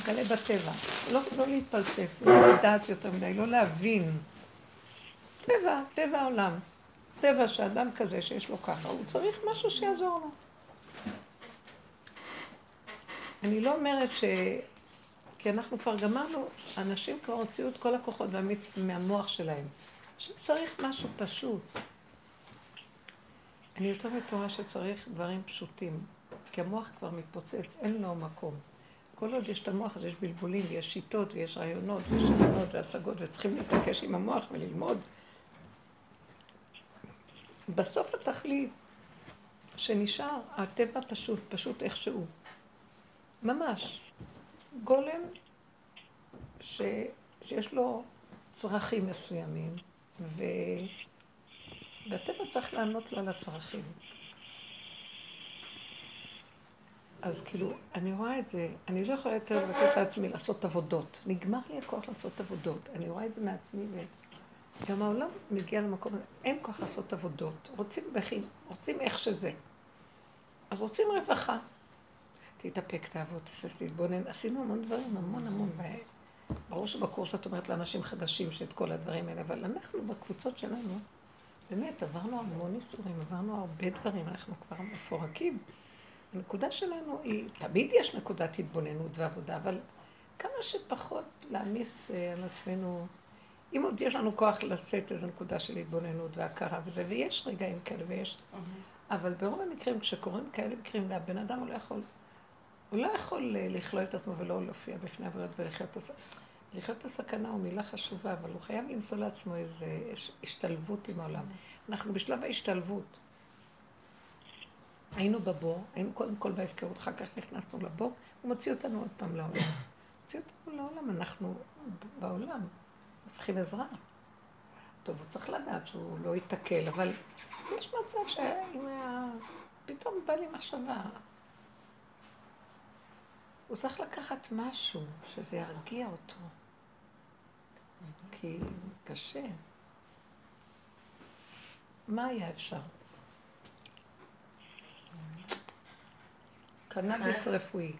גלה בטבע. לא להתפלסף, לא לדעת יותר מדי, לא להבין. טבע העולם. טבע שאדם כזה שיש לו ככה, הוא צריך משהו שיעזור לו. אני לא אומרת כי אנחנו כבר גמרנו, אנשים כבר הוציאו את כל הכוחות מהמוח שלהם. שצריך משהו פשוט. אני יותר מתורה שצריך דברים פשוטים, כי המוח כבר מתפוצץ, אין לו מקום. כל עוד יש את המוח, אז יש בלבולים, ויש שיטות, ויש רעיונות, ויש רעיונות והשגות, וצריכים להתעקש עם המוח וללמוד. בסוף התכלית שנשאר, הטבע פשוט איכשהו. ממש. גולם שיש לו צרכים מסוימים, והטבע צריך לענות לו על הצרכים. אז כאילו, אני רואה את זה, אני לא יכולה יותר לבקש לעצמי לעשות עבודות. נגמר לי הכוח לעשות עבודות. אני רואה את זה מעצמי, וגם העולם מגיע למקום הזה. אין כוח לעשות עבודות. רוצים איך שזה. אז רוצים רווחה. תתאפק, תעבוד, תתבונן. עשינו המון דברים, המון. ברור שבקורס את אומרת לאנשים חדשים שאת כל הדברים האלה, אבל אנחנו בקבוצות שלנו, באמת עברנו המון ניסורים, עברנו הרבה דברים, אנחנו כבר מפורקים. הנקודה שלנו היא, תמיד יש נקודת התבוננות ועבודה, אבל כמה שפחות להעמיס על עצמנו, אם עוד יש לנו כוח לשאת איזו נקודה של התבוננות והכרה וזה, ויש רגעים כאלה ויש, אבל ברוב המקרים, כשקוראים כאלה מקרים, הבן אדם הוא לא יכול לכלוא את עצמו ולא להופיע בפני עבודות לחיות את הסכנה הוא מילה חשובה, אבל הוא חייב למצוא לעצמו איזו השתלבות עם העולם. אנחנו בשלב ההשתלבות. היינו בבור, היינו קודם כל בהפקרות, אחר כך נכנסנו לבור, הוא מוציא אותנו עוד פעם לעולם. מוציא אותנו לעולם, אנחנו בעולם, צריכים עזרה. טוב, הוא צריך לדעת שהוא לא יתקל, אבל יש מצב פתאום בא לי מחשבה. הוא צריך לקחת משהו שזה ירגיע אותו. כי קשה. מה היה אפשר? קנאביס רפואי.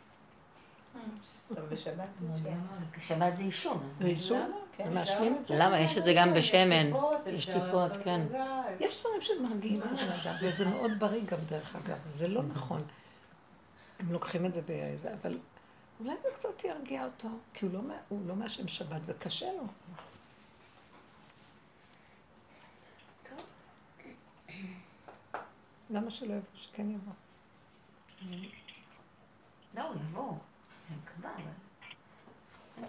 בשבת זה עישון. זה עישון? מעשנים את זה? למה? יש את זה גם בשמן. יש טיפות, כן. יש דברים שמרגיעים את האדם, וזה מאוד בריא גם דרך אגב. זה לא נכון. הם לוקחים את זה באיזה, אבל אולי זה קצת ירגיע אותו, כי הוא לא מעשן שבת וקשה לו. למה שלא יבוא? שכן יבוא. לא, הוא יבוא. אני מקווה, אבל... אין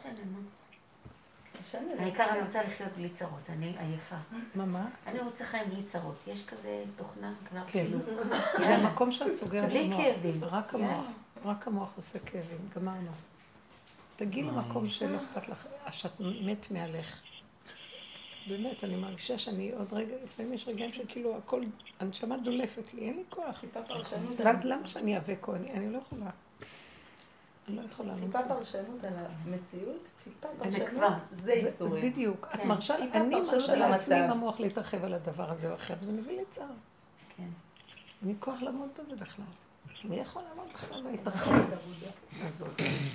שאני העיקר אני רוצה לחיות בלי צרות, אני עייפה. מה? אני רוצה חיים בלי צרות. יש כזה תוכנה כבר כן. כאילו. זה המקום שאת סוגרת בלי כאבים. רק המוח עושה כאבים. גמרנו. תגיעי למקום שלא אכפת לך, שאת מת מעליך. באמת, אני מרגישה שאני עוד רגע, לפעמים יש רגעים שכאילו הכל, הנשמה דולפת לי, אין לי כוח. ואז למה שאני אאבק או אני לא יכולה. אני לא יכולה. טיפה פרשנות על המציאות, טיפה זה פרשנות, כבר, זה איסורים. בדיוק. אני מרשה לעצמי עם המוח להתרחב על הדבר הזה או אחר, וזה מביא לי צער. כן. אני כוח לעמוד בזה בכלל. אני יכול לעמוד בכלל להתרחב. אז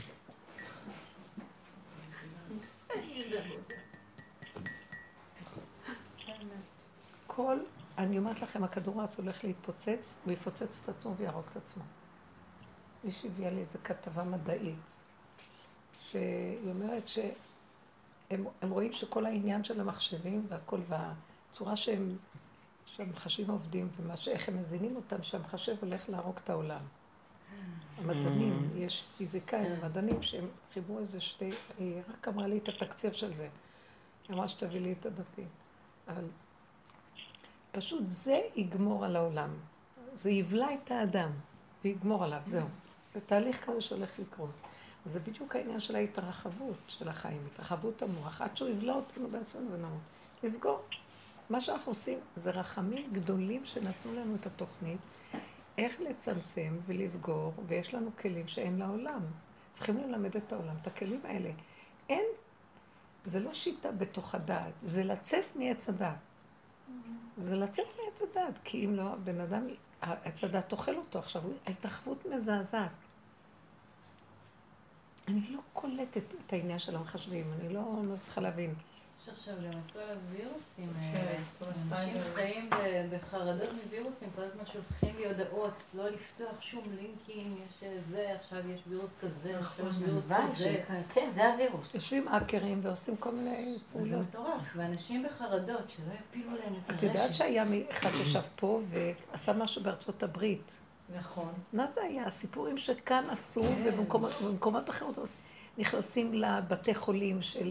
אני אומרת לכם, הכדור הארץ הולך להתפוצץ, הוא יפוצץ את עצמו ויהרוג את עצמו. מישהי הביאה לי איזו כתבה מדעית, שהיא אומרת שהם רואים שכל העניין של המחשבים והכל, והצורה שהמחשבים עובדים, איך הם מזינים אותם, שהמחשב הולך להרוג את העולם. המדענים, יש פיזיקאים ומדענים שהם חיברו איזה היא רק אמרה לי את התקציר של זה. היא אמרה שתביא לי את הדפים. אבל פשוט זה יגמור על העולם. זה יבלע את האדם ויגמור עליו, זהו. זה תהליך כזה שהולך לקרות. זה בדיוק העניין של ההתרחבות של החיים, התרחבות המוח, עד שהוא יבלע אותנו בעצמנו ונמות. לסגור. מה שאנחנו עושים זה רחמים גדולים שנתנו לנו את התוכנית, איך לצמצם ולסגור, ויש לנו כלים שאין לעולם. צריכים ללמד את העולם, את הכלים האלה. זה לא שיטה בתוך הדעת, זה לצאת מעץ הדעת. זה לצאת מעץ הדעת, כי אם לא, בן אדם, עץ הדעת אוכל אותו עכשיו, ההתרחבות מזעזעת. אני לא קולטת את העניין של המחשבים, אני לא צריכה להבין. יש עכשיו גם את כל הווירוסים האלה. אנשים חיים בחרדות מווירוסים, כל הזמן שולחים לי הודעות, לא לפתוח שום לינקים, יש זה, עכשיו יש וירוס כזה, עכשיו יש וירוס כזה. כן, זה הווירוס. יושבים האקרים ועושים כל מיני פעולות. זה מטורף, ואנשים בחרדות שלא יפילו להם את הרשת. את יודעת שהיה אחד שישב פה ועשה משהו בארצות הברית. נכון. מה זה היה? הסיפורים שכאן עשו ובמקומות אחרות נכנסים לבתי חולים של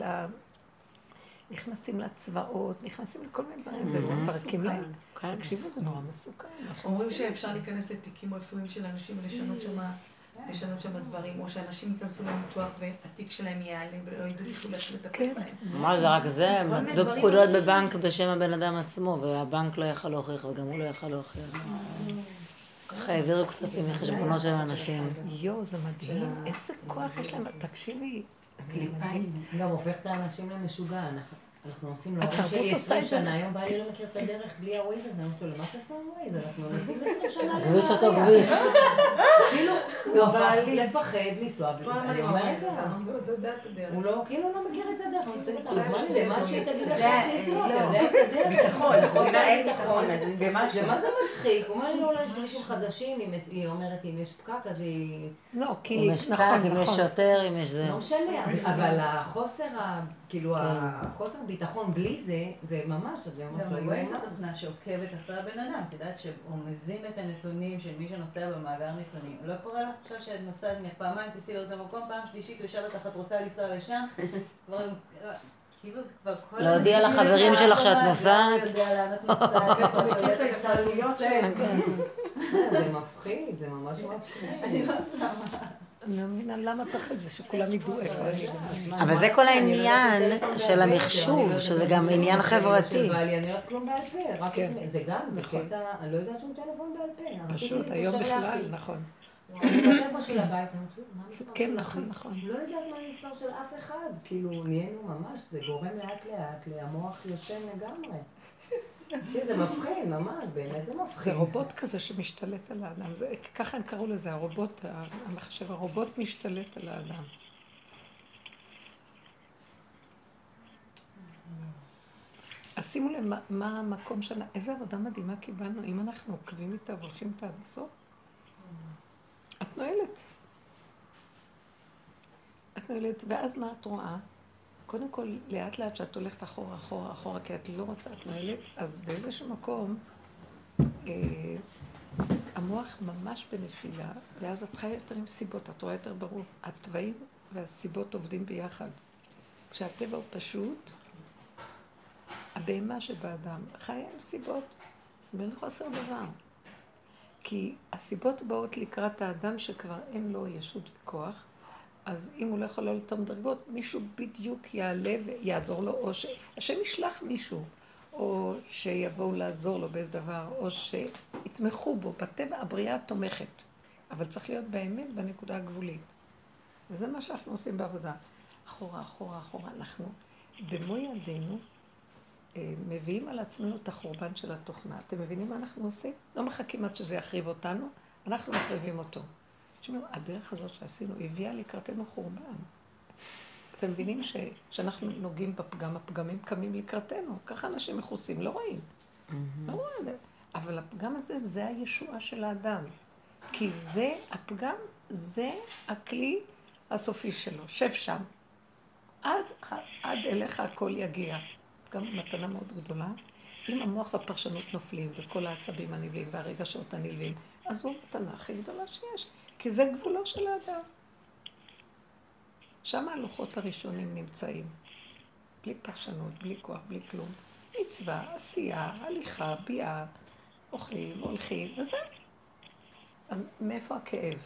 נכנסים לצבאות, נכנסים לכל מיני דברים, ומפרקים להם. תקשיבו, זה נורא מסוכן. אומרים שאפשר להיכנס לתיקים רפואיים של אנשים ולשנות שם דברים, או שאנשים ייכנסו לניתוח והתיק שלהם ייעלם ולא ידעו איך לטפל בהם. מה זה רק זה? נתנו פקודות בבנק בשם הבן אדם עצמו, והבנק לא יכל להוכיח וגם הוא לא יכל להוכיח. ככה העבירו כספים מחשבונות של אנשים. יו, זה מדהים. איזה כוח יש להם. תקשיבי. גם הופך את האנשים למשוגע. אנחנו עושים לו התרבות עושה את זה. שנה, היום בעלי לא מכיר את הדרך בלי הווייז הזה, אני אומרת לו, למה אתה שם ווייז? אנחנו נוסעים 20 שנה. כביש אותו כביש. כאילו, הוא לפחד לנסוע בלי. אני אומרת זה, הוא לא, כאילו לא מכיר את הדרך. הוא תגיד, זה מה שהיא תגיד לך לנסוע, אתה יודע את הדרך. ביטחון, חוסר ביטחון, ומה זה מצחיק? הוא אומר לי, לא, אולי יש כבישים חדשים, היא אומרת, אם יש פקק, אז היא... לא, כי אם יש פקק, אם יש שוטר, אם יש זה. לא משנה, אבל החוסר, כאילו, החוסר ביטחון בלי זה, זה ממש, זה גם רואים את התוכנה שעוקבת אחרי הבן אדם, את יודעת שהוא מזין את הנתונים של מי שנוסע במאגר נתונים. לא קורה לך עכשיו שאת נוסעת פעמיים, תיסעי לאותו מקום, פעם שלישית, הוא ישאל אותך, את רוצה לנסוע לשם? כאילו זה כבר כל... להודיע לחברים שלך שאת נוסעת. לא יודע לאן את נוסעת, מכיר את ההתנהלויות שלהם. זה מפחיד, זה ממש מפחיד. אני לא שמה. אני לא מבינה למה צריך את זה, שכולם ידעו איפה אני. אבל זה כל העניין של המחשוב, שזה גם עניין חברתי. ואני יודעת כלום בעל פה, רק זה גם, זה נכון. קטע, אני לא יודעת שום טלפון בעל פה. פשוט, היום בכלל, נכון. אני בטלפון של הבית, אני אומרת, מה המספר כן, של נכון, אחי? נכון. לא יודעת מה המספר של אף אחד, כאילו נהיינו ממש, זה גורם לאט לאט, המוח יושן לגמרי. זה מפחיד, ממש, באמת זה מפחיד. זה רובוט כזה שמשתלט על האדם, ככה הם קראו לזה, הרובוט, המחשב, הרובוט משתלט על האדם. אז שימו לב מה המקום שלנו, איזה עבודה מדהימה קיבלנו, אם אנחנו עוקבים איתה והולכים איתה עד הסוף. את נועלת. את נועלת, ואז מה את רואה? קודם כל, לאט לאט שאת הולכת אחורה, אחורה, אחורה, כי את לא רוצה, את נועלת, אז באיזשהו מקום, המוח ממש בנפילה, ואז את חיה יותר עם סיבות, את רואה יותר ברור. התוואים והסיבות עובדים ביחד. כשהטבע הוא פשוט, הבהמה שבאדם חיה עם סיבות, ואין חוסר דבר. כי הסיבות באות לקראת האדם שכבר אין לו ישות וכוח, אז אם הוא לא יכול לעלות אותם דרגות, מישהו בדיוק יעלה ויעזור לו, או שהשם ישלח מישהו, או שיבואו לעזור לו באיזה דבר, או שיתמכו בו. בטבע הבריאה תומכת, אבל צריך להיות באמת בנקודה הגבולית. וזה מה שאנחנו עושים בעבודה. אחורה, אחורה, אחורה. אנחנו במו ידינו מביאים על עצמנו את החורבן של התוכנה. אתם מבינים מה אנחנו עושים? לא מחכים עד שזה יחריב אותנו, אנחנו מחריבים אותו. תשמעו, הדרך הזאת שעשינו הביאה לקראתנו חורבן. אתם מבינים שאנחנו נוגעים בפגם, הפגמים קמים לקראתנו. ככה אנשים מכוסים, לא רואים. לא רואים. אבל הפגם הזה, זה הישועה של האדם. כי זה, הפגם, זה הכלי הסופי שלו. שב שם. עד אליך הכל יגיע. גם מתנה מאוד גדולה. אם המוח והפרשנות נופלים, וכל העצבים הנבלים והרגשות הנלווים, אז זו מתנה הכי גדולה שיש. כי זה גבולו של האדם. שם הלוחות הראשונים נמצאים. בלי פרשנות, בלי כוח, בלי כלום. מצווה, עשייה, הליכה, ביאה, אוכלים, הולכים, וזה. אז מאיפה הכאב?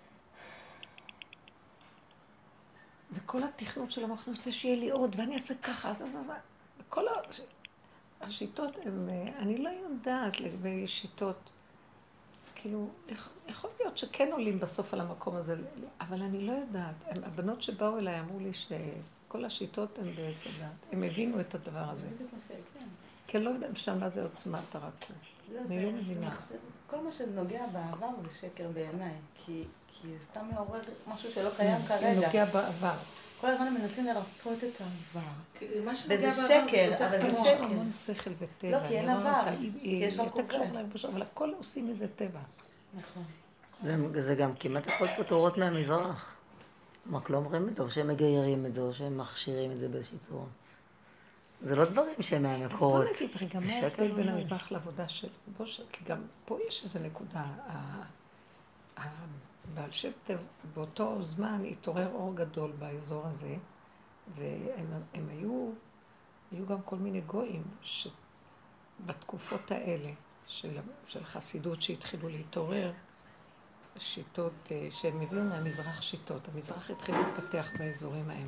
וכל התכנות של המוח, אני רוצה שיהיה לי עוד, ואני אעשה ככה, אז. וכל השיטות הן, אני לא יודעת לגבי שיטות, כאילו, יכול להיות שכן עולים בסוף על המקום הזה, אבל אני לא יודעת. הבנות שבאו אליי אמרו לי שכל השיטות הן בעצם דעת. הם הבינו את הדבר הזה. כי אני לא יודעת שם מה זה עוצמת הרקות. אני לא מבינה. כל מה שנוגע בעבר זה שקר בעיניי, כי זה סתם מעורר משהו שלא קיים כרגע. נוגע בעבר. כל הזמן הם מנסים לרפות את העבר. מה שנוגע וזה בעבר שקר, אבל זה יש שקר. המון שכל וטבע. לא, כי אין עבר, כי יש לו אתה קשור קובע. להם בשביל, אבל הכל עושים מזה טבע. נכון. זה גם כמעט יכול להיות תורות מהמזרח. רק לא אומרים את זה, או שהם מגיירים את זה, או שהם מכשירים את זה באיזושהי צורה. זה לא דברים שהם מהמקורות. אז בוא נגיד רגע, מה ההבדל בין המזרח לעבודה של בושר? כי גם פה יש איזו נקודה. בעל שם טוב, באותו זמן התעורר אור גדול באזור הזה, והם היו גם כל מיני גויים שבתקופות האלה של חסידות שהתחילו להתעורר, שיטות שהם הביאו מהמזרח שיטות. המזרח התחיל להתפתח באזורים ההם.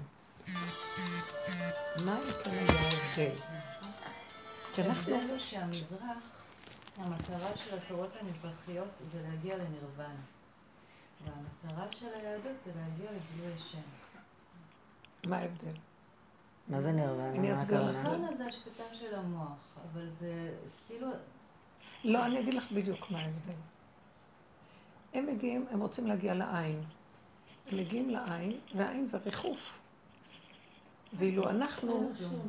מה כאן היה ההבדל? כי אנחנו... ההבדל הוא שהמזרח, המטרה של התורות המזרחיות זה להגיע לנירוונה. והמטרה של היהדות זה להגיע לגילוי השם. מה ההבדל? מה זה נירוונה? אני אסביר לך. נירוונה זה השקטה של המוח, אבל זה כאילו... לא, אני אגיד לך בדיוק מה ההבדל. הם מגיעים, הם רוצים להגיע לעין. הם מגיעים לעין, והעין זה ריחוף. ואילו אנחנו,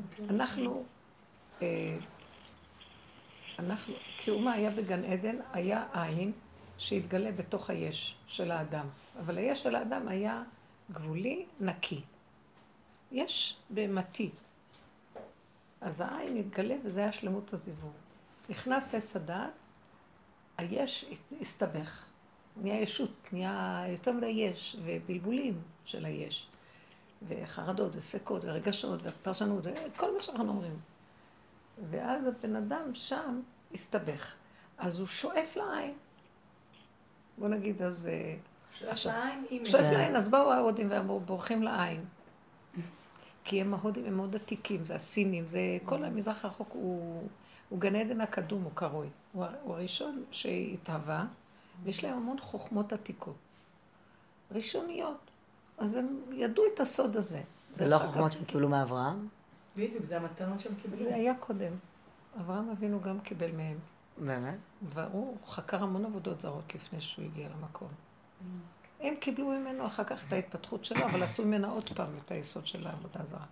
כאומה היה בגן עדן, היה עין שהתגלה בתוך היש של האדם. אבל היש של האדם היה גבולי, נקי. יש בהמתי. אז העין התגלה וזה היה שלמות הזיווג. נכנס עץ הדעת, היש הסתבך. נהיה ישות, נהיה יותר מדי יש, ובלבולים של היש. וחרדות, וספקות, ורגשות, ופרשנות, וכל מה שאנחנו אומרים. ואז הבן אדם שם הסתבך. אז הוא שואף לעין. בוא נגיד, אז... שואף לעין, שואף לעין, אז באו ההודים ואמרו, בורחים לעין. כי הם ההודים, הם מאוד עתיקים, זה הסינים, זה כל המזרח הרחוק הוא גן עדן הקדום, הוא קרוי. הוא הראשון שהתהווה, ויש להם המון חוכמות עתיקות. ראשוניות. אז הם ידעו את הסוד הזה. זה לא חוכמות שהם קיבלו מאברהם? בדיוק, זה המתנות שהם קיבלו. זה היה קודם. אברהם אבינו גם קיבל מהם. באמת? והוא חקר המון עבודות זרות לפני שהוא הגיע למקום. הם קיבלו ממנו אחר כך את ההתפתחות שלו, אבל עשו ממנה עוד פעם את היסוד של העבודה זרה.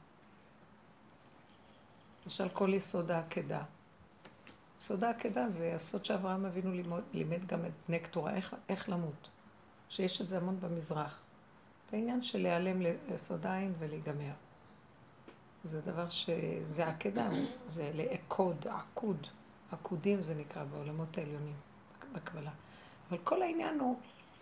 למשל, כל יסוד העקדה. יסוד העקדה זה הסוד שאברהם אבינו לימד גם את בני קטורה, איך למות. שיש את זה המון במזרח. את העניין של להיעלם ליסוד העין ולהיגמר. זה דבר שזה העקדה, זה לעקוד, עקוד. עקודים זה נקרא בעולמות העליונים, בקבלה. אבל כל העניין הוא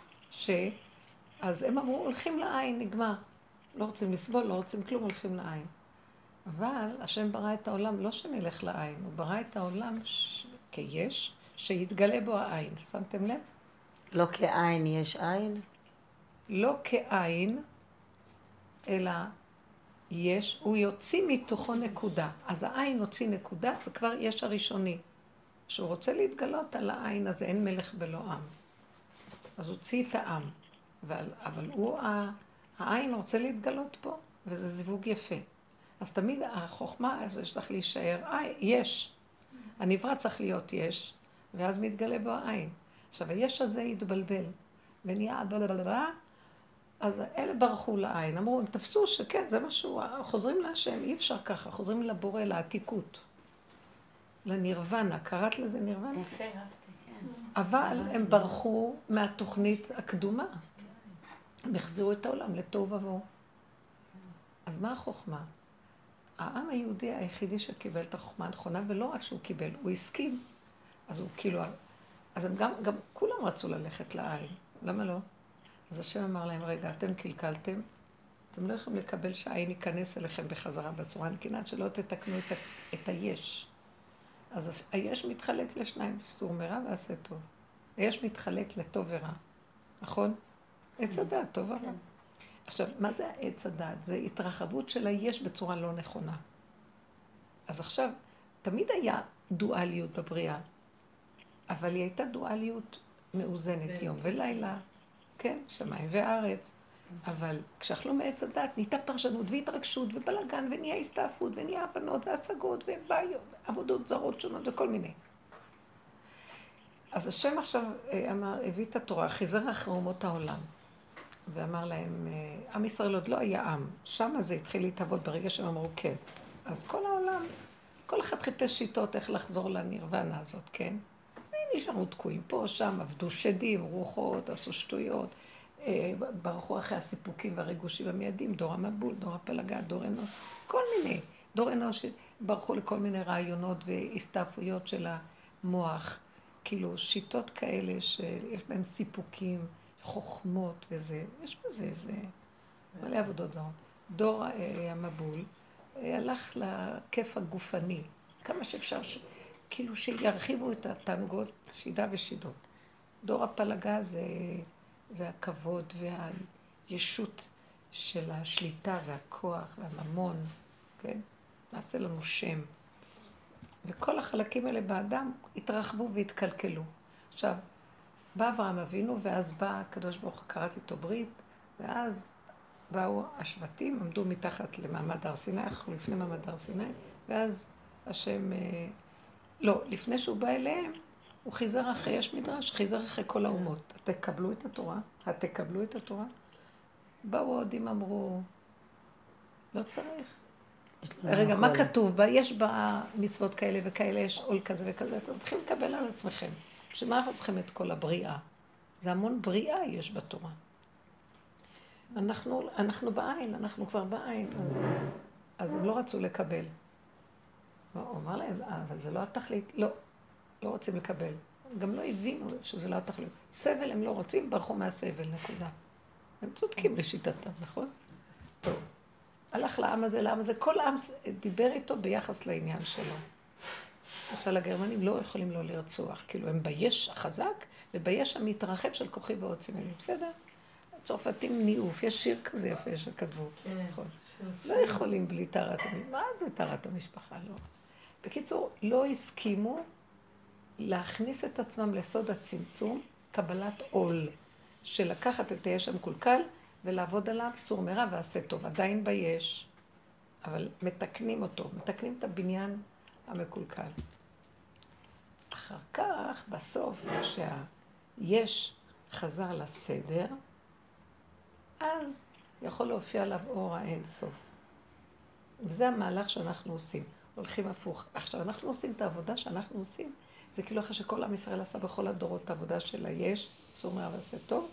אז הם אמרו, הולכים לעין, נגמר. לא רוצים לסבול, לא רוצים כלום, הולכים לעין. אבל השם ברא את העולם, לא שנלך לעין, הוא ברא את העולם כיש, שיתגלה בו העין. שמתם לב? לא כעין יש עין? לא כעין, אלא יש, הוא יוציא מתוכו נקודה. אז העין הוציא נקודה, זה כבר יש הראשוני. שהוא רוצה להתגלות על העין הזה, אין מלך בלא עם. אז הוא הוציא את העם. אבל העין רוצה להתגלות פה, וזה זיווג יפה. אז תמיד החוכמה הזו שצריך להישאר, יש. הנברא צריך להיות יש, ואז מתגלה בו העין. עכשיו, היש הזה יתבלבל, ונהיה בלבלבלה, אז אלה ברחו לעין. אמרו, הם תפסו שכן, זה משהו, חוזרים להשם, אי אפשר ככה, חוזרים לבורא, לעתיקות. לנירוונה, קראת לזה נירוונה? יפה, אהבתי, כן. אבל הם ברחו מהתוכנית הקדומה. הם החזירו את העולם לתוהו ובוהו. אז מה החוכמה? העם היהודי היחידי שקיבל את החוכמה הנכונה, ולא רק שהוא קיבל, הוא הסכים. אז הוא כאילו, אז הם גם כולם רצו ללכת לעין. למה לא? אז השם אמר להם, רגע, אתם קלקלתם, אתם לא יכולים לקבל שהעין ייכנס אליכם בחזרה בצורה הנקינה, שלא תתקנו את היש. אז היש מתחלק לשניים, סור מרע ועשה טוב. היש מתחלק לטוב ורע, נכון? עץ הדעת, טוב ורע. עכשיו, מה זה העץ הדעת? זה התרחבות של היש בצורה לא נכונה. אז עכשיו, תמיד היה דואליות בבריאה, אבל היא הייתה דואליות מאוזנת יום ולילה, כן, שמיים וארץ. אבל כשאכלו מעץ הדעת, נהייתה פרשנות והתרגשות ובלגן ונהיה הסתעפות ונהיה הבנות והשגות ובעיות, עבודות זרות שונות וכל מיני. אז השם עכשיו הביא את התורה, חיזר אחרי אומות העולם, ואמר להם, עם ישראל עוד לא היה עם, שם זה התחיל להתהוות ברגע שהם אמרו כן. אז כל העולם, כל אחד חיפש שיטות איך לחזור לנירוונה הזאת, כן? נשארו תקועים פה, שם, עבדו שדים, רוחות, עשו שטויות, ברחו אחרי הסיפוקים והריגושים המיידים, דור המבול, דור הפלגה, דור אנוש, כל מיני. דור אנוש ברחו לכל מיני רעיונות והסתעפויות של המוח, כאילו שיטות כאלה שיש בהם סיפוקים, חוכמות וזה, יש בזה איזה מלא עבודות זרות. דור המבול הלך לכיף הגופני, כמה שאפשר, כאילו שירחיבו את התענוגות, שידה ושידות. דור הפלגה זה הכבוד והישות של השליטה והכוח והממון, כן? נעשה לנו שם. וכל החלקים האלה באדם התרחבו והתקלקלו. עכשיו, בא אברהם אבינו, ואז בא הקדוש ברוך הוא, קראת איתו ברית, ואז באו השבטים, עמדו מתחת למעמד הר סיני, אנחנו לפני מעמד הר סיני, ואז השם, לא, לפני שהוא בא אליהם, הוא חיזר אחרי, יש מדרש, חיזר אחרי כל האומות. תקבלו את התורה, תקבלו את התורה. באו עוד אם אמרו, לא צריך. רגע, מה כתוב בה? יש בה מצוות כאלה וכאלה, יש עול כזה וכזה, אתם צריכים לקבל על עצמכם. שמה אנחנו צריכים את כל הבריאה? זה המון בריאה יש בתורה. אנחנו בעין, אנחנו כבר בעין, אז הם לא רצו לקבל. הוא אמר להם, אבל זה לא התכלית, לא רוצים לקבל. גם לא הבינו שזה לא התכלית. סבל הם לא רוצים, ברחו מהסבל, נקודה. הם צודקים לשיטתם, נכון? טוב. הלך לעם הזה, כל העם דיבר איתו ביחס לעניין שלו. למשל, הגרמנים לא יכולים לא לרצוח, כאילו הם ביש החזק, וביש המתרחב של כוחי ועוצם אלים, בסדר? הצרפתים ניאוף, יש שיר כזה יפה שכתבו, נכון? לא יכולים בלי טהרת המשפחה, מה זה טהרת המשפחה? לא. בקיצור, לא הסכימו להכניס את עצמם לסוד הצמצום, קבלת עול, של לקחת את היש המקולקל, ולעבוד עליו סור מרע ועשה טוב, עדיין ביש, אבל מתקנים אותו, מתקנים את הבניין המקולקל. אחר כך, בסוף, כשהיש חזר לסדר, אז יכול להופיע עליו אור האין סוף. וזה המהלך שאנחנו עושים, הולכים הפוך. עכשיו, אנחנו עושים את העבודה שאנחנו עושים, זה כאילו אחרי שכל עם ישראל עשה בכל הדורות את העבודה של היש, סור מרע ועשה טוב,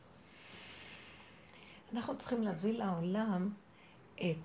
אנחנו צריכים להביא לעולם את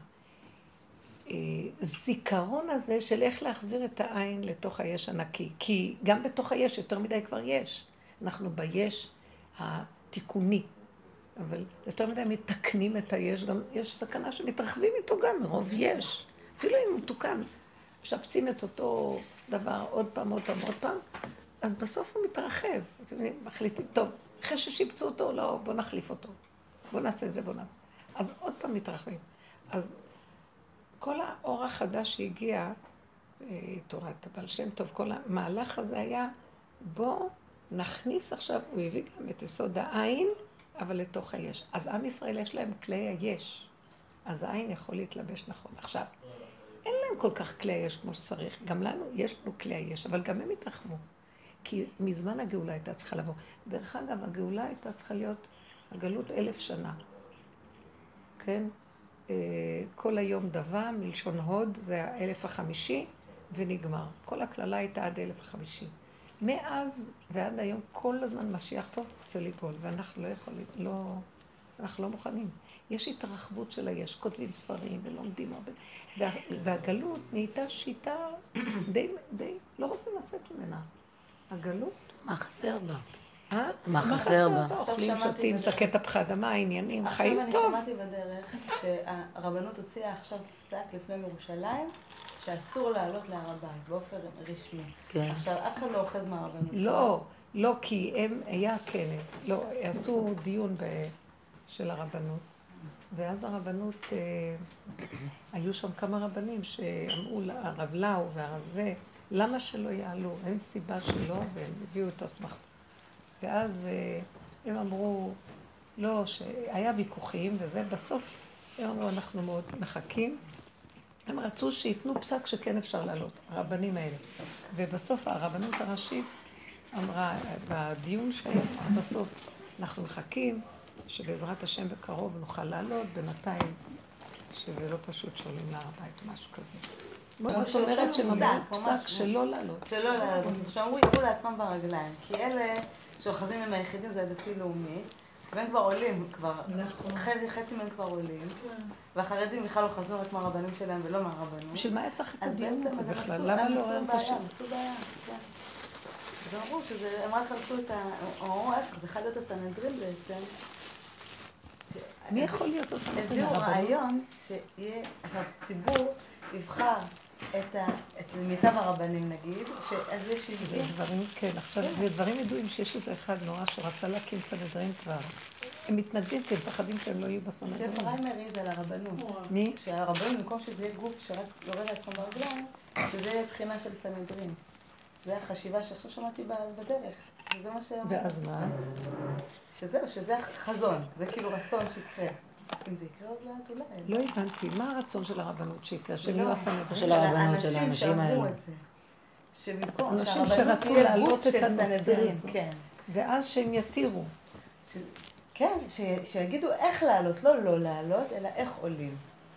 הזיכרון הזה של איך להחזיר את העין לתוך היש הנקי. כי גם בתוך היש יותר מדי כבר יש. אנחנו ביש התיקוני. אבל יותר מדי מתקנים את היש, גם יש סכנה שמתרחבים איתו גם מרוב יש. אפילו אם הוא תוקן, משפצים את אותו דבר עוד פעם, אז בסוף הוא מתרחב. מחליטים, טוב, אחרי ששיפצו אותו, לא, בוא נחליף אותו. בוא נעשה זה, אז עוד פעם מתרחבים. אז כל האור החדש שהגיע, תורת הבעל שם טוב, כל המהלך הזה היה, בוא נכניס עכשיו, הוא הביא גם את יסוד העין, אבל לתוך היש. אז עם ישראל יש להם כלי היש, אז העין יכול להתלבש נכון. עכשיו, אין להם כל כך כלי היש כמו שצריך, גם לנו יש לנו כלי היש, אבל גם הם התרחבו. כי מזמן הגאולה הייתה צריכה לבוא. דרך אגב, הגאולה הייתה צריכה להיות הגלות 1000 שנה. כן? כל היום דבה, מלשון הוד, זה 1050 ונגמר. כל הכללה הייתה עד 1050. מאז ועד היום כל הזמן משיח פה רוצה לגאול, ואנחנו לא יכולים, אנחנו לא מוכנים. יש התרחבות של היש, כותבים ספרים ולומדים הרבה. והגלות נהייתה שיטה די, לא רוצים לצאת ממנה. הגלות? מה חסר בה? מה חסר בה? אוכלים, שותים, שקט הפחד, מה העניינים, חיים טוב. עכשיו אני שמעתי בדרך שהרבנות הוציאה עכשיו פסק לפני מירושלים, שאסור לעלות להר הבית באופן רשמי. כן. עכשיו, אף אחד לא אוחז מהרבנות. לא, כי היה כנס, לא, עשו דיון של הרבנות, ואז הרבנות, היו שם כמה רבנים שאמרו הרב לאו והרב זה, למה שלא יעלו? אין סיבה שלא, והם הביאו את הסמכות. ואז הם אמרו, לא, שהיה ויכוחים וזה, בסוף הם אמרו, אנחנו מאוד מחכים. הם רצו שיתנו פסק שכן אפשר לעלות, הרבנים האלה. ובסוף הרבנות הראשית אמרה בדיון שהיה בסוף, אנחנו מחכים שבעזרת השם בקרוב נוכל לעלות, בינתיים שזה לא פשוט שעולים להר הבית או משהו כזה. זאת אומרת שמבוא פסק שלא לעלות. שלא לעלות, שאמרו יקרו לעצמם ברגליים, כי אלה שאוחזים עם היחידים זה הדתי לאומי, והם כבר עולים, חצי מהם כבר עולים, והחרדים בכלל לא חזרו רק מהרבנים שלהם ולא מהרבנים. בשביל מה היה צריך את הדיון הזה בכלל? למה לא עורר את השם? עשו בעיה, כן. אז אמרו הם רק עשו את אמרו ההפך, זה אחד את הסנהדרין בעצם. מי יכול להיות הסנהדרין? הביאו רעיון שיהיה, הציבור יבחר את מיטב הרבנים נגיד, שאז יש זה שבעים. דברים, כן, עכשיו זה דברים ידועים שיש איזה אחד נורא שרצה להקים סנהדרין כבר. הם מתנגדים כי הם פחדים שהם לא יהיו בסנהדרין. שפריימריז על הרבנות. מי? שהרבנים במקום שזה יהיה גוף שרק יורד לעצמם ברגליים, שזה יהיה בחינה של סנהדרין. זה החשיבה שעכשיו שמעתי בדרך. וזה מה שאומר. ואז מה? שזה החזון, זה כאילו רצון שיקרה. אם זה יקרה עוד מעט אולי. לא הבנתי, מה הרצון של הרבנות שיקרה? שהם יהיו הסנהדרין? של הרבנות של האנשים האלו. שבמקום אנשים שהרבנות שרצו תהיה להעלות גוף את של הנושא סנהדרין. הזה. כן. ואז שהם יתירו. כן, שיגידו איך לעלות, לא לעלות, אלא איך עולים.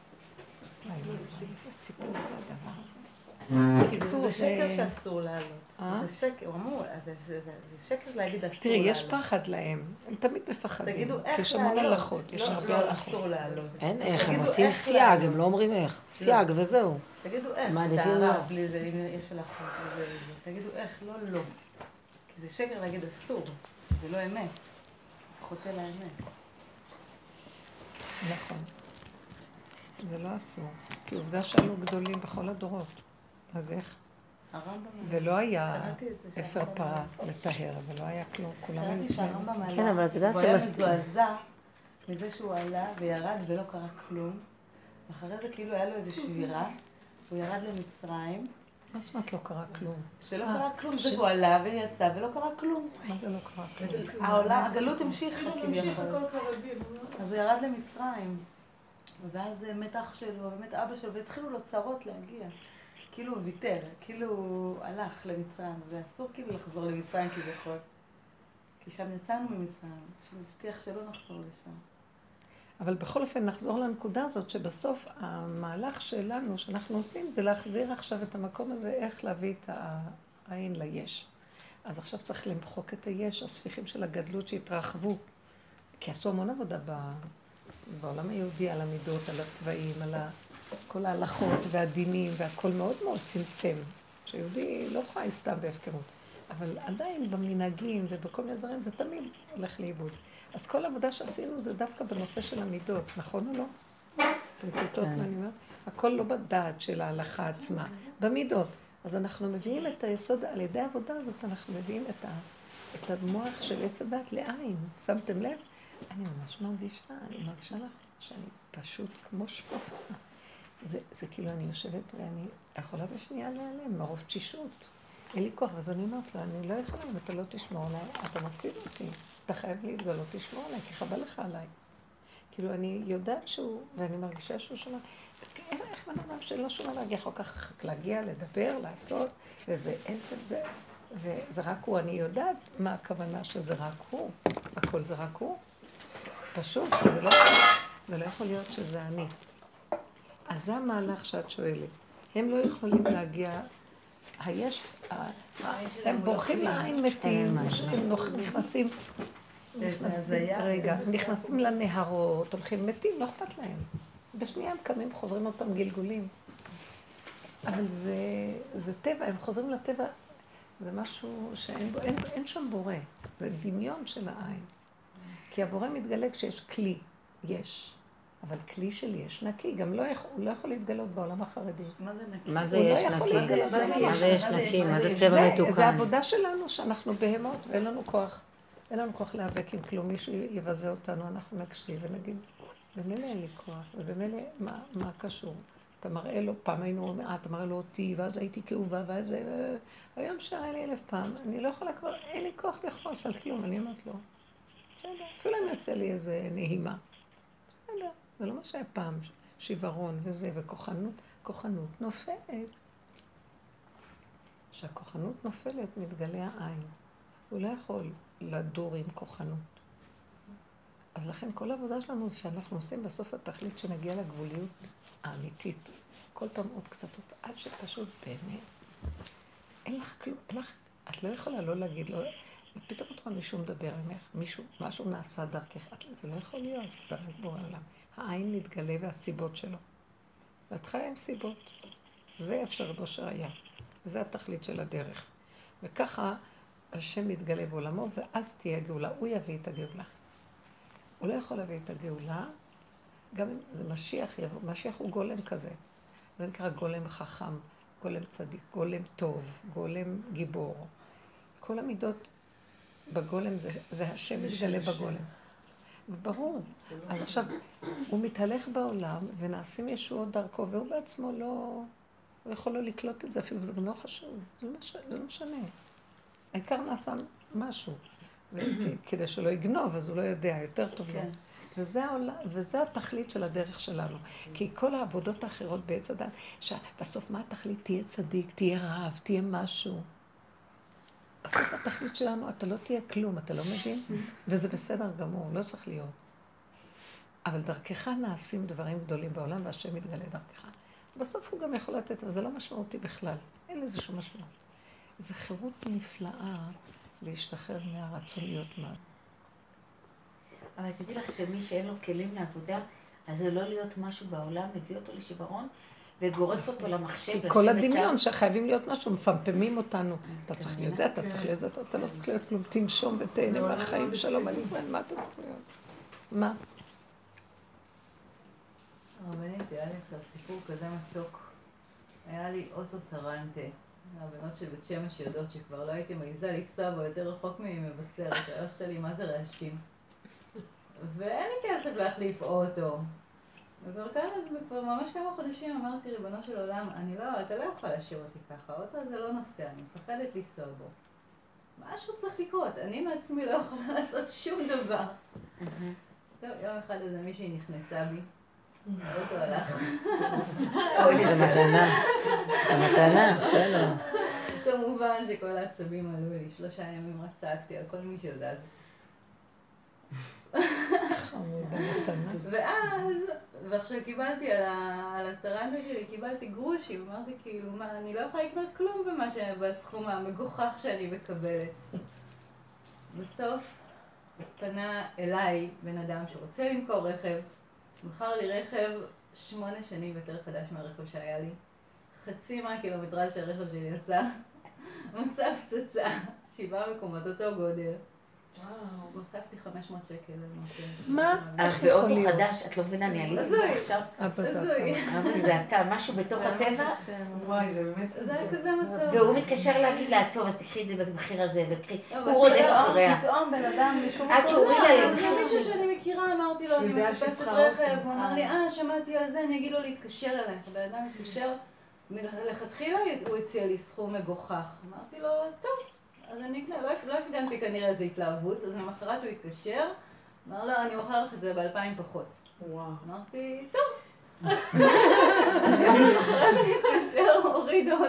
איזה סיפור זה הדבר הזה. זה שקר שאסור לעלות. זה שקר, אמרו, זה שקר להגיד אסור לעלות. תראי, יש פחד להם. הם תמיד מפחדים. תגידו איך כי יש המון לעלות. הלכות, יש הרבה לא, הלכות. אסור לעלות. אין איך, הם תגידו עושים איך סייג, לעלות. הם לא אומרים איך. סייג וזהו. תגידו איך, מעדיפים טהרה, לא. בלי זה, אם יש הלכות וזה. תגידו איך, לא. כי זה שקר להגיד אסור, זה לא אמת. חוטא לאמת. נכון. זה לא אסור. כי עובדה שהיו גדולים בכל הדורות. אז איך? הרמב"ם... ולא היה קראתי את זה אפר פרה לטהר, ולא היה כלום, כולם היו קראתי טמאים. שהרמב"ם עלה, כן, אבל את יודעת הוא היה שמס- מזועזע מזה שהוא עלה וירד ולא קרה כלום. ואחרי זה כאילו היה לו איזו שבירה, הוא ירד למצרים, מה זאת אומרת לא קרה כלום? שלא קרה כלום, זה שהוא עלה ויצא ולא קרה כלום. מה זה לא קרה כלום? העולם, הגלות המשיכה כאילו ממשיך כביכול. הכל כרגיל. אז הוא ירד למצרים, ואז מת אח שלו, ומת אבא שלו, והתחילו לו צרות להגיע. כאילו הוא ויתר, כאילו הוא הלך למצרים, ואסור כאילו לחזור למצרים כביכול. כי שם יצאנו ממצרים, שנבטיח שלא נחזור לשם. אבל בכל אופן נחזור לנקודה הזאת שבסוף המהלך שלנו, שאנחנו עושים, זה להחזיר עכשיו את המקום הזה, איך להביא את העין ליש. אז עכשיו צריך למחוק את היש, הספיחים של הגדלות שהתרחבו. כי עשו המון עבודה בעולם היהודי, על המידות, על הצבעים, על כל ההלכות והדינים, והכל מאוד מאוד צמצם. שיהודי לא חי סתם בהפקרות. אבל עדיין במנהגים ובכל מיני דברים זה תמיד הולך לאיבוד. אז כל העבודה שעשינו זה דווקא בנושא של המידות, נכון או לא? אתם קולטות מה אני אומרת? הכל לא בדעת של ההלכה עצמה, במידות. אז אנחנו מביאים את היסוד, על ידי העבודה הזאת אנחנו מביאים את המוח של עץ הדת לעין. שמתם לב? אני ממש מרגישה, אני מרגישה לך שאני פשוט כמו שקופה. זה כאילו אני יושבת ואני יכולה בשנייה להיעלם, מרוב תשישות. אין לי כוח, אז אני אומרת לו, אני לא יכולה, אם אתה לא תשמור עליי, אתה מפסיד אותי. אתה חייב להתגלות, תשמור עליי, כי חבל לך עליי. כאילו, אני יודעת שהוא, ואני מרגישה שהוא שומע, איך בן אדם שלא שומע להגיע, יכול כך להגיע, לדבר, לעשות, וזה עסק, וזה רק הוא, אני יודעת מה הכוונה שזה רק הוא, הכל זה רק הוא. פשוט, זה לא יכול להיות שזה אני. אז זה המהלך שאת שואלת. הם לא יכולים להגיע, הם בורחים לעין מתים, הם נכנסים לנהרות, הולכים מתים, לא אכפת להם. בשנייה הם קמים, חוזרים עוד פעם גלגולים. אבל זה טבע, הם חוזרים לטבע, זה משהו שאין שם בורא, זה דמיון של העין. כי הבורא מתגלה כשיש כלי, יש. אבל כלי של יש נקי, גם הוא לא יכול להתגלות בעולם החרדי. מה זה נקי? מה זה יש נקי? מה זה יש נקי? מה זה טבע מתוקן? זה העבודה שלנו, שאנחנו בהמות ואין לנו כוח. אין לנו כוח להיאבק עם כלום. מישהו יבזה אותנו, אנחנו נקשיב ונגיד, במילא אין לי כוח, ובמילא מה קשור? אתה מראה לו, פעם היינו אומרים, אתה מראה לו אותי, ואז הייתי כאובה, ואז היום שעה לי 1000 פעם, אני לא יכולה כבר, אין לי כוח לכעוס על כלום, אני אומרת לו. בסדר, אפילו אם יצא לי איזה נהימה. בסדר. זה לא מה שהיה פעם, שיוורון וזה, וכוחנות נופלת. כשהכוחנות נופלת, מתגלה העין. הוא לא יכול לדור עם כוחנות. אז לכן כל העבודה שלנו זה שאנחנו עושים בסוף התכלית שנגיע לגבוליות האמיתית. כל פעם עוד קצת עוד, עד שפשוט באמת, אין לך כלום, את לא יכולה לא להגיד לו, פתאום את רואה מישהו מדבר ממך, משהו נעשה דרכך, זה לא יכול להיות, דרך בורא עולם. העין מתגלה והסיבות שלו. ואת חיה עם סיבות. זה אפשר באושר היה. וזה התכלית של הדרך. וככה השם מתגלה בעולמו, ואז תהיה גאולה. הוא יביא את הגאולה. הוא לא יכול להביא את הגאולה, גם אם זה משיח יבוא. משיח הוא גולם כזה. זה נקרא גולם חכם, גולם צדיק, גולם טוב, גולם גיבור. כל המידות בגולם זה השם מתגלה בגולם. ברור. אז עכשיו, הוא מתהלך בעולם ונעשים ישועות דרכו, והוא בעצמו לא... הוא יכול לא לקלוט את זה אפילו, וזה גם לא חשוב. זה לא משנה. העיקר נעשה משהו. כדי שלא יגנוב, אז הוא לא יודע, יותר טוב לו. וזה התכלית של הדרך שלנו. כי כל העבודות האחרות בעץ אדם, שבסוף מה התכלית? תהיה צדיק, תהיה רב, תהיה משהו. בסוף התכלית שלנו, אתה לא תהיה כלום, אתה לא מבין? וזה בסדר גמור, לא צריך להיות. אבל דרכך נעשים דברים גדולים בעולם, והשם מתגלה דרכך. בסוף הוא גם יכול לתת, וזה לא משמעותי בכלל. אין לזה שום משמעות. זו חירות נפלאה להשתחרר מהרצון להיות מה. אבל תדעי לך שמי שאין לו כלים לעבודה, אז זה לא להיות משהו בעולם, מביא אותו לשיוורון, וגורף אותו למחשב. כל הדמיון שחייבים להיות משהו, מפמפמים אותנו. אתה צריך להיות זה, אתה צריך להיות זה, אתה לא צריך להיות כלום, תנשום ותהנה מהחיים ושלום על ישראל, מה אתה צריך להיות? מה? הרבנית, היה לי עכשיו סיפור כזה מתוק. היה לי אוטו טרנטה. הבנות של בית שמש יודעות שכבר לא הייתי מעיזה לנסוע בו יותר רחוק ממבשרת, היה עושה לי מה זה רעשים. ואין לי כסף להחליף אוטו. וכבר ממש כמה חודשים אמרתי, ריבונו של עולם, אתה לא יכול להשאיר אותי ככה, האוטו הזה לא נוסע, אני מפחדת לנסוע בו. משהו צריך לקרות, אני מעצמי לא יכולה לעשות שום דבר. טוב, יום אחד איזה מישהי נכנסה בי, האוטו הלך. זה מתנה. זה מתנה, בסדר. כמובן שכל העצבים עלו לי, 3 ימים רק צעקתי על כל מי שזז. ועכשיו קיבלתי על הטרנטה שלי, קיבלתי גרושים, אמרתי כאילו, מה, אני לא יכולה לקנות כלום בסכום המגוחך שאני מקבלת. בסוף פנה אליי בן אדם שרוצה למכור רכב, מכר לי רכב 8 שנים יותר חדש מהרכב שהיה לי, חצי מהקילומטרז' שהרכב שלי עשה, מצא פצצה, 7 מקומות אותו גודל. וואו, הוספתי 500 שקל על משהו. מה? איך ואוטו יכול להיות? חדש, את לא מבינה, אני עליתי בו עכשיו. אבא זה אבל זה אתה, משהו בתוך הטבע. וואי, זה באמת... זה היה כזה מצב. והוא מתקשר להגיד לה, טוב, אז תקחי את זה במחיר הזה, וקחי. הוא רודף אחריה. פתאום בן אדם משום עד שהוא הוריד עליהם. מישהו שאני מכירה, אמרתי לו, אני מחפשת רכב, הוא אמר לי, שמעתי על זה, אני אגיד לו להתקשר אלייך. הבן אדם התקשר, מלכתחילה הוא הציע לי סכום מגוחך. אמרתי לו, טוב. אז אני לא הפגנתי כנראה איזו התלהבות, אז למחרת הוא התקשר, אמר לו, אני מוכר לך את זה ב2,000 פחות. וואו. אמרתי, טוב. אז יום למחרת הוא התקשר, הוריד עוד.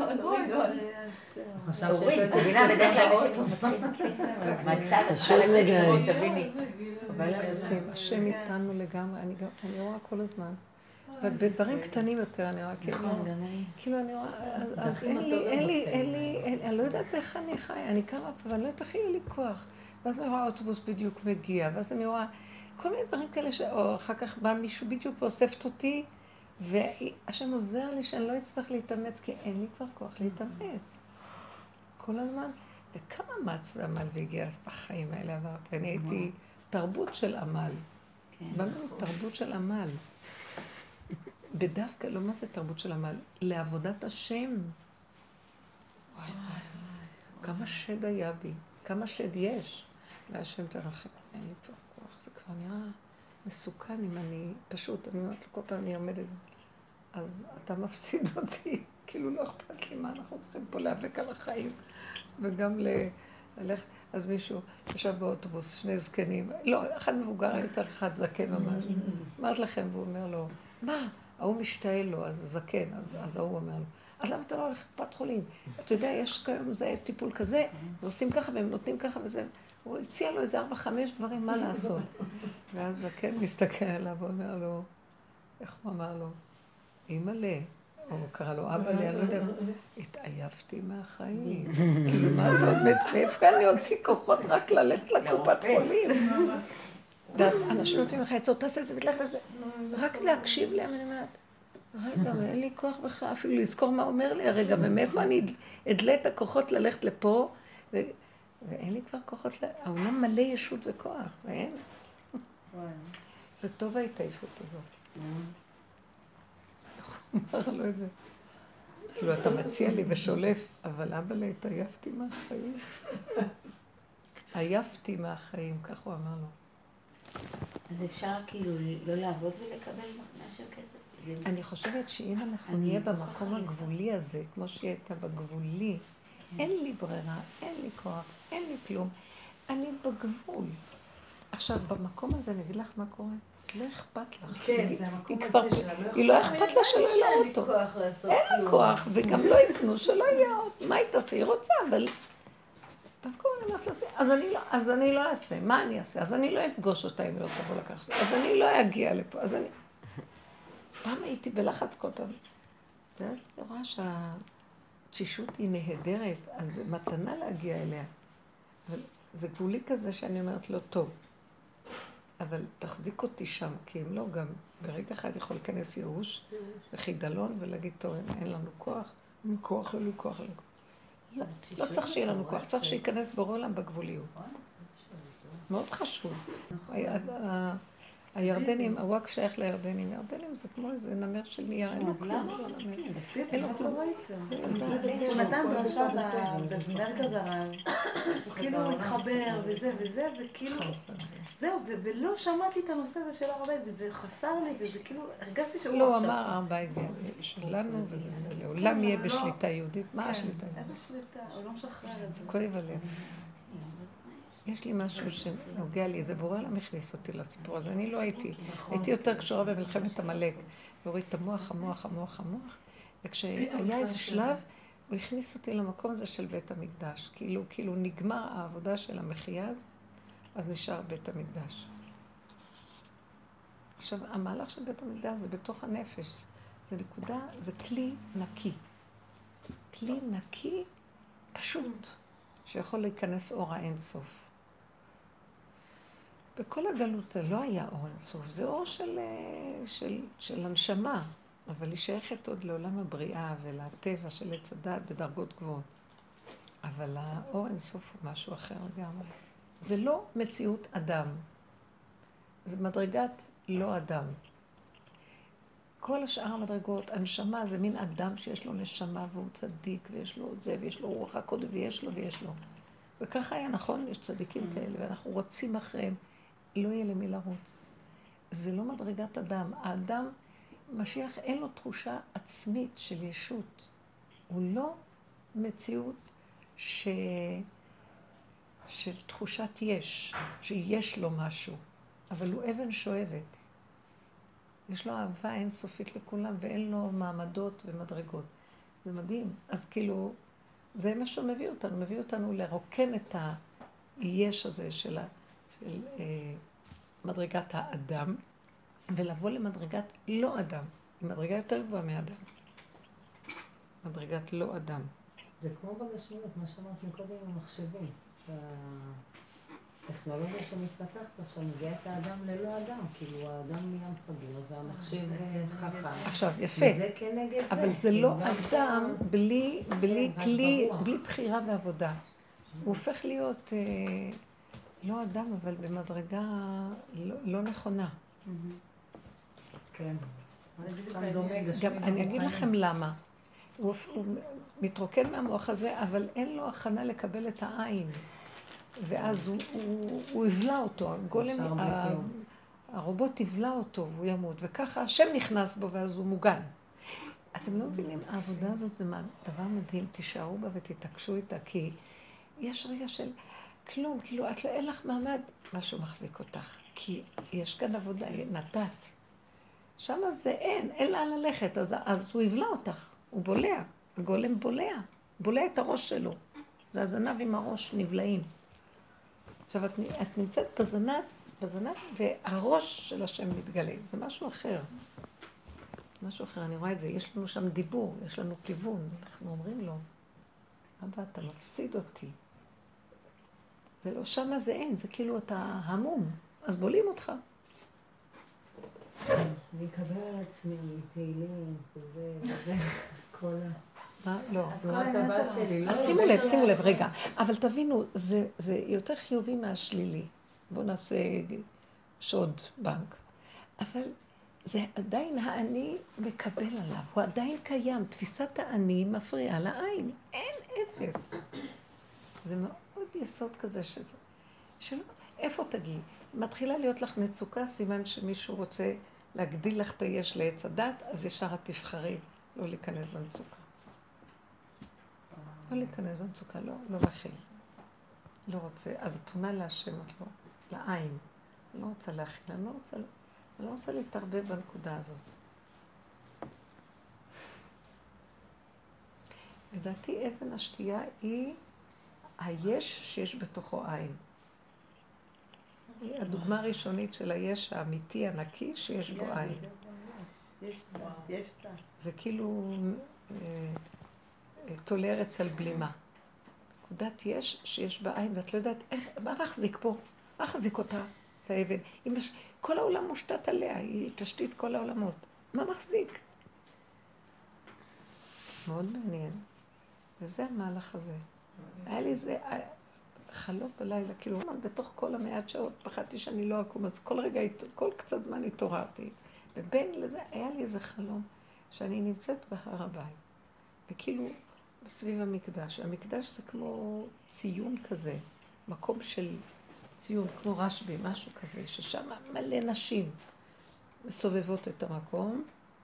הוריד, זה בינה בדרך כלל משהו מצב, חשוב מדי. תביני. מקסים, השם איתנו לגמרי, אני רואה כל הזמן. ובדברים קטנים יותר אני רואה, כאילו אני רואה, אז אין לי, אני לא יודעת איך אני חיה, אני קמה פה ואני לא יודעת איך יהיה לי כוח. ואז אני רואה אוטובוס בדיוק מגיע, ואז אני רואה כל מיני דברים כאלה, או אחר כך בא מישהו בדיוק ואוספת אותי, והשם עוזר לי שאני לא אצטרך להתאמץ, כי אין לי כבר כוח להתאמץ. כל הזמן, וכמה מאמץ ועמל והגיע בחיים האלה עברתי, אני הייתי תרבות של עמל. באמת תרבות של עמל. בדווקא, לא מה זה תרבות של עמל, לעבודת השם. וואי, כמה שד היה בי, כמה שד יש. והשם תרחם, אין לי פה כוח, זה כבר נראה מסוכן אם אני פשוט, אני אומרת כל פעם אני עומדת, אז אתה מפסיד אותי, כאילו לא אכפת לי מה אנחנו צריכים פה להיאבק על החיים, וגם ללכת, אז מישהו ישב באוטובוס, 2 זקנים, לא, אחד מבוגר יותר, אחד זקן ממש, אמרת לכם, והוא אומר לו, מה? ההוא משתעל לו, אז זקן, אז ההוא אומר לו, אז למה אתה לא הולך לקופת חולים? אתה יודע, יש כיום זה טיפול כזה, ועושים ככה והם נותנים ככה וזה. הוא הציע לו איזה 4-5 דברים מה לעשות. ואז כן מסתכל עליו ואומר לו, איך הוא אמר לו? אימא'לה, או קרא לו אבא'לה, אני לא יודע, התעייפתי מהחיים. כאילו מה אתה עוד מאיפה אני אוציא כוחות רק ללכת לקופת חולים? ואז אנשים נותנים לך עצות, תעשה זה ותלך לזה. רק להקשיב להם, אני אומרת, רגע, אין לי כוח בכלל, אפילו לזכור מה אומר לי הרגע, ומאיפה אני אדלה את הכוחות ללכת לפה, ואין לי כבר כוחות, העולם מלא ישות וכוח, ואין. זה טוב ההתעייפות הזאת. הוא אמר לו את זה. כאילו, אתה מציע לי ושולף, אבל אבא לי, התעייפתי מהחיים. עייפתי מהחיים, כך הוא אמר לו. אז אפשר כאילו לא לעבוד ולקבל משהו כסף? אני חושבת שאם אנחנו נהיה במקום הגבולי הזה, כמו שהיא הייתה בגבולי, אין לי ברירה, אין לי כוח, אין לי כלום. אני בגבול. עכשיו, במקום הזה, אני אגיד לך מה קורה. לא אכפת לך. כן, זה המקום הזה שלה. היא לא אכפת לה שלא יהיה אותו. אין לה כוח, וגם לא יקנו, שלא יהיה עוד. מה היא תעשה? היא רוצה, אבל... במקום אני אומרת לעצמי, אז אני לא אעשה. מה אני אעשה? אז אני לא אפגוש אותה אם לא תבוא לקחת. אז אני לא אגיע לפה. אז אני... פעם הייתי בלחץ כל פעם. ואז אני רואה שהתשישות היא נהדרת, אז זה מתנה להגיע אליה. אבל זה גבולי כזה שאני אומרת לו, טוב, אבל תחזיק אותי שם, כי אם לא, גם ברגע אחד יכול להיכנס ייאוש וחידלון ולהגיד, טוב, אין לנו כוח, אין לי כוח, אין לי כוח, אין לי כוח. לא צריך שיהיה לנו כוח, צריך שייכנס בעולם בגבוליות. מאוד חשוב. הירדנים, הוואק שייך לירדנים. ירדנים זה כמו איזה נמר של נייר, אין לו כלום. אין לו כלום. הוא נתן דרשה במרכז הרב, הוא כאילו מתחבר וזה וזה, וכאילו, זהו, ולא שמעתי את הנושא הזה של הר הבית, וזה חסר לי, וזה כאילו, הרגשתי שהוא... לא, הוא אמר הר הבית שלנו, וזה לעולם יהיה בשליטה יהודית. מה השליטה? איזה שליטה? הוא לא משחרר את זה. זה כואב עליהם. יש לי משהו שנוגע לי, זה בורא להם הכניס אותי לסיפור הזה, אני לא הייתי יותר קשורה במלחמת עמלק, והוריד את המוח, וכשהיה איזה שלב, הוא הכניס אותי למקום הזה של בית המקדש, כאילו נגמר העבודה של המחיה הזאת, אז נשאר בית המקדש. עכשיו, המהלך של בית המקדש זה בתוך הנפש, זה נקודה, זה כלי נקי פשוט, שיכול להיכנס אור האינסוף. בכל הגלות זה לא היה אור אינסוף, זה אור של הנשמה, אבל היא שייכת עוד לעולם הבריאה ולטבע של עץ הדת בדרגות גבוהות. אבל האור אינסוף הוא משהו אחר לגמרי. זה לא מציאות אדם, זה מדרגת לא אדם. כל השאר המדרגות, הנשמה זה מין אדם שיש לו נשמה והוא צדיק ויש לו זה ויש לו רוח הקודש ויש לו. וככה היה נכון, יש צדיקים כאלה ואנחנו רוצים אחריהם. לא יהיה למי לרוץ. זה לא מדרגת אדם. האדם, משיח אין לו תחושה עצמית של ישות. הוא לא מציאות של תחושת שיש לו משהו. אבל הוא אבן שואבת. יש לו אהבה אינסופית לכולם ואין לו מעמדות ומדרגות. זה מדהים. אז כאילו, זה מה שמביא אותנו לרוקן את היש הזה של מדרגת האדם, ולבוא למדרגת לא אדם. היא מדרגה יותר גבוהה מאדם. מדרגת לא אדם. זה כמו בגשמיות, מה שאמרת מקודם עם המחשבים. הטכנולוגיה שמתפתחת עכשיו מגיעה את האדם ללא אדם, כאילו האדם נהיה מפגר והמחשב חכם. עכשיו, יפה. וזה כנגד זה. אבל זה לא אדם בלי כלי, בלי בחירה ועבודה. הוא הופך להיות לא אדם, אבל במדרגה לא נכונה. כן. גם אני אגיד לכם למה. הוא מתרוקן מהמוח הזה, אבל אין לו הכנה לקבל את העין. ואז הוא הבלה אותו, הגולם, הרובוט הבלה אותו והוא ימות, וככה השם נכנס בו ואז הוא מוגן. אתם לא מבינים, העבודה הזאת זה דבר מדהים, תישארו בה ותתעקשו איתה, כי יש רגע של כלום, כאילו אין לך מעמד, משהו מחזיק אותך, כי יש כאן עבודה, נתת. שם זה אין לה ללכת, אז הוא הבלה אותך, הוא בולע, הגולם בולע את הראש שלו. זה הזנב עם הראש נבלעים. עכשיו, את נמצאת בזנב, והראש של השם מתגלה. זה משהו אחר. משהו אחר, אני רואה את זה. יש לנו שם דיבור, יש לנו כיוון. אנחנו אומרים לו, אבא, אתה מפסיד אותי. זה לא שמה, זה אין, זה כאילו אתה המום. אז בולים אותך. אני אקבל על עצמי תהילים וזה, כל ה... מה? לא. תנועת הבת שלי, לא... אז שימו לב, רגע. אבל תבינו, זה יותר חיובי מהשלילי. בואו נעשה שוד בנק. אבל זה עדיין האני מקבל עליו, הוא עדיין קיים. תפיסת האני מפריעה לעין. אין אפס. זה מאוד יסוד כזה שזה. שלא, איפה תגיעי? מתחילה להיות לך מצוקה, סימן שמישהו רוצה להגדיל לך את היש לעץ הדת, אז ישר את תבחרי לא להיכנס במצוקה. לא להיכנס במצוקה, לא מכיל. לא רוצה, אז את פונה להשם, את לא, לעין. אני לא רוצה להכיל, אני לא רוצה להתערבב בנקודה הזאת. לדעתי אבן השתייה היא היש שיש בתוכו עין. היא הדוגמה הראשונית של היש האמיתי, הנקי, שיש בו עין. יש תה. זה כאילו תולה ארץ על בלימה. נקודת יש שיש בה עין, ואת לא יודעת איך, מה מחזיק פה? מה מחזיק אותה? זה האבן. כל העולם מושתת עליה, היא תשתית כל העולמות. מה מחזיק? מאוד מעניין. וזה המהלך הזה. היה לי איזה חלום בלילה, כאילו, בתוך כל המעט שעות פחדתי שאני לא אקום, אז כל רגע, כל קצת זמן התעוררתי. ובין לזה היה לי איזה חלום שאני נמצאת בהר הבית. וכאילו, בסביב המקדש. המקדש זה כמו ציון כזה, מקום של ציון, כמו רשב"י, משהו כזה, ששם מלא נשים מסובבות את המקום,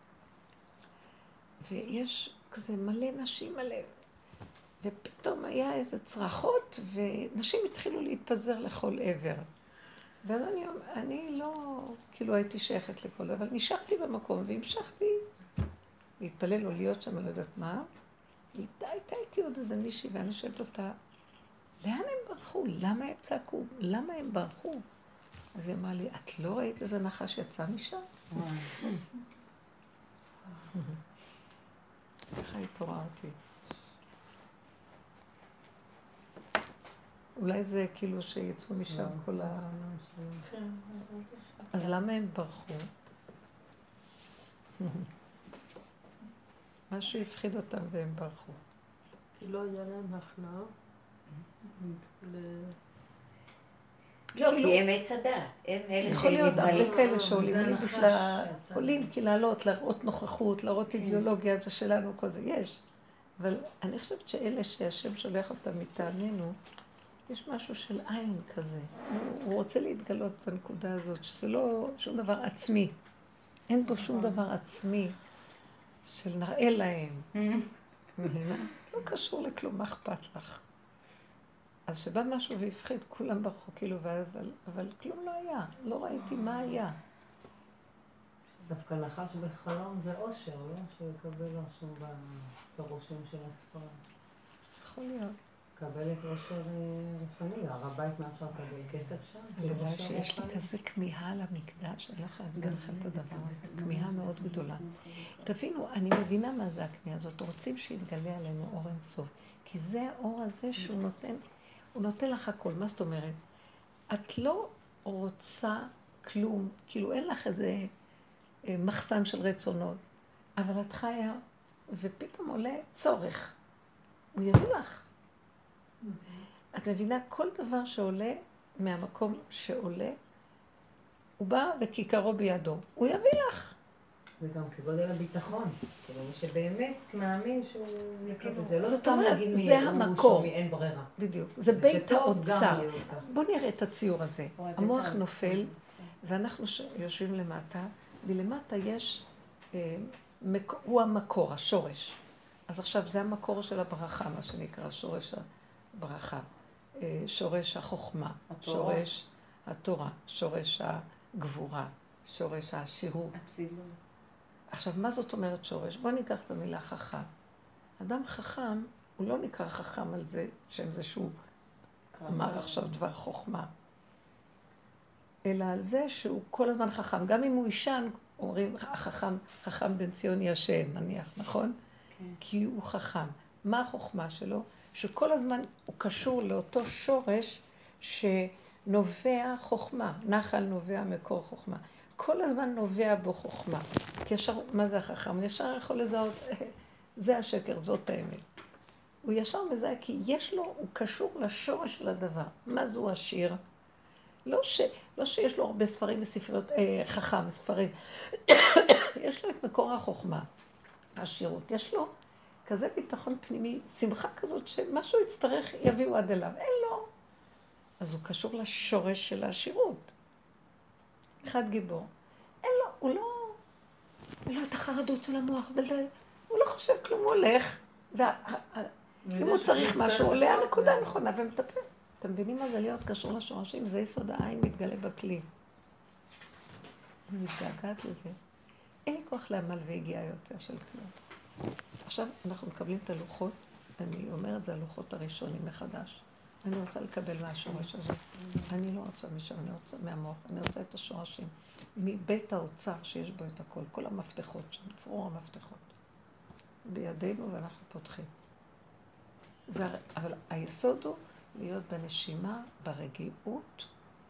ויש כזה מלא נשים מלא, ופתאום היה איזה צרחות, ונשים התחילו להתפזר לכל עבר. ואז אני לא, כאילו הייתי שייכת לכל זה, אבל נשארתי במקום, והמשכתי להתפלל או להיות שם, אני לא יודעת מה, הייתה איתי עוד איזה מישהי, ואני שואלת אותה, לאן הם ברחו? למה הם צעקו? למה הם ברחו? אז היא אמרה לי, את לא ראית איזה נחש יצא משם? ככה התעוררתי. אולי זה כאילו שיצאו משם כל ה... אז למה הם ברחו? משהו הפחיד אותם והם ברחו. כי לא היה להם הכנעה. לא, כי הם עץ הדת, הם אלה יכול להיות הרבה כאלה שעולים לי נחש בשביל שיצא. עולים, כי לעלות, להראות נוכחות, להראות אידיאולוגיה, זה שלנו, כל זה, יש. אבל אני חושבת שאלה שהשם שולח אותם מטעמנו, יש משהו של עין כזה. הוא רוצה להתגלות בנקודה הזאת, שזה לא שום דבר עצמי. אין פה שום דבר עצמי של נראה להם. לא קשור לכלום, מה אכפת לך? אז שבא משהו והפחיד, כולם ברחו, כאילו, אבל כלום לא היה. לא ראיתי מה היה. דווקא נחש בחלום זה אושר, לא? שיקבל רשום ברושם של הספר. יכול להיות. קבלת אושר רוחני, הר הבית מה אפשר לקבל? כסף שם? בגלל שיש לי כזה כמיהה למקדש, אני לא יכולה להסביר לכם את הדבר הזה, כמיהה מאוד גדולה. תבינו, אני מבינה מה זה הכמיהה הזאת, רוצים שיתגלה עלינו אור אין סוף, כי זה האור הזה שהוא נותן, הוא נותן לך הכל. מה זאת אומרת? את לא רוצה כלום, כאילו אין לך איזה מחסן של רצונות, אבל את חיה ופתאום עולה צורך, הוא יביא לך. את מבינה, כל דבר שעולה מהמקום שעולה, הוא בא וכיכרו בידו. הוא יביא לך. זה גם כגודל הביטחון. כאילו, מי שבאמת מאמין שהוא יקבל. זה לא זאת סתם אומרת, להגיד זה המקור. אין ברירה. בדיוק. זה בית האוצר. להיות ככה. בואו נראה את הציור הזה. המוח נופל, ואנחנו יושבים למטה, ולמטה יש, הוא המקור, השורש. אז עכשיו זה המקור של הברכה, מה שנקרא, שורש הברכה. שורש החוכמה, שורש התורה, שורש הגבורה, שורש העשירות. עכשיו, מה זאת אומרת שורש? בואו ניקח את המילה חכם. אדם חכם, הוא לא נקרא חכם על זה, שם זה שהוא אמר עכשיו דבר חוכמה, אלא על זה שהוא כל הזמן חכם. גם אם הוא ישן, אומרים, חכם בן ציון ישן, נניח, נכון? כן. כי הוא חכם. מה החוכמה שלו? שכל הזמן הוא קשור לאותו שורש שנובע חוכמה. נחל נובע מקור חוכמה. כל הזמן נובע בו חוכמה. כי ישר, מה זה החכם? הוא ישר יכול לזהות, זה השקר, זאת האמת. הוא ישר מזהה כי יש לו, הוא קשור לשורש של הדבר. מה זו השיר? לא שיש לו הרבה ספרים וספריות, חכם, ספרים. יש לו את מקור החוכמה, השירות. יש לו כזה ביטחון פנימי, שמחה כזאת שמשהו יצטרך, יביאו עד אליו. אין לו. אז הוא קשור לשורש של השירות. אחד גיבור. אין לו, הוא לא... אין לו את החרדות של המוח. הוא לא חושב כלום, הוא הולך. אם הוא צריך משהו, עולה הנקודה נכונה ומטפל. אתם מבינים מה זה להיות קשור לשורשים? זה יסוד העין מתגלה בכלי. אני מתגעגעת לזה. אין לי כוח לעמל והגיעה יותר של כלום. עכשיו אנחנו מקבלים את הלוחות, אני אומרת, זה הלוחות הראשונים מחדש. אני רוצה לקבל מהשורש הזה. אני לא רוצה משם, אני רוצה מהמוח, אני רוצה את השורשים. מבית האוצר שיש בו את הכל, כל המפתחות, שמצרור המפתחות. בידינו ואנחנו פותחים. אבל היסוד הוא להיות בנשימה, ברגיעות,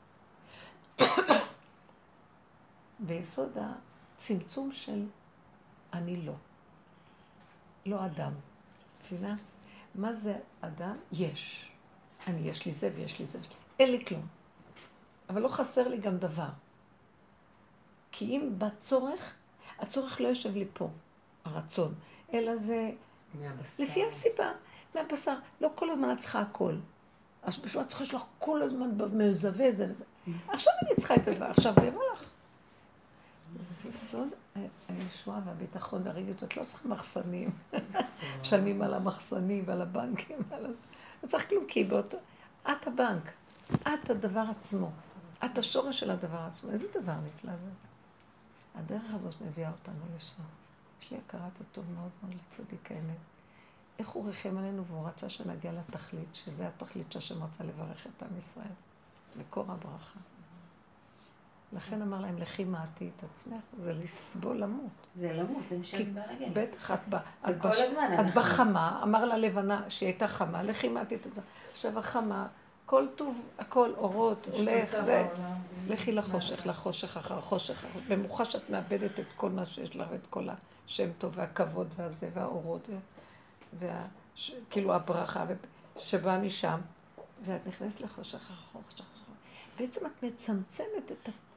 ביסוד הצמצום של אני לא. לא אדם. מבינה? מה זה אדם? יש. יש לי זה ויש לי זה. אין לי כלום. אבל לא חסר לי גם דבר. כי אם בצורך, הצורך לא יושב לי פה, הרצון, אלא זה לפי הסיבה, מהבשר. לא כל הזמן את צריכה הכל. אז בשביל את צריכה שלך כל הזמן מזווה זה וזה. עכשיו אני צריכה את הדבר, עכשיו זה יבוא לך. זה סוד הישועה והביטחון והרגיעות. את לא צריכה מחסנים. משלמים על המחסנים ועל הבנקים. לא צריך כלום, כי באותו... את הבנק. את הדבר עצמו. את השורש של הדבר עצמו. איזה דבר נפלא זה. הדרך הזאת מביאה אותנו לשם. יש לי הכרת הטוב מאוד מאוד לצדיק האמת. איך הוא ריחם עלינו והוא רצה שנגיע לתכלית, שזה התכלית שהשם רצה לברך את עם ישראל. מקור הברכה. לכן אמר להם, לכי מעטי את עצמך, זה לסבול למות. זה למות, זה משנה ברגל. בטח, את בחמה, אמר לה לבנה שהיא הייתה חמה, לכי מעטי את עצמך. עכשיו החמה, כל טוב, הכל אורות, הולך, לכי לחושך, לחושך אחר חושך. במוחה שאת מאבדת את כל מה שיש לך, ואת כל השם טוב והכבוד והזה והאורות, כאילו הברכה שבאה משם, ואת נכנסת לחושך אחר חושך. בעצם את מצמצמת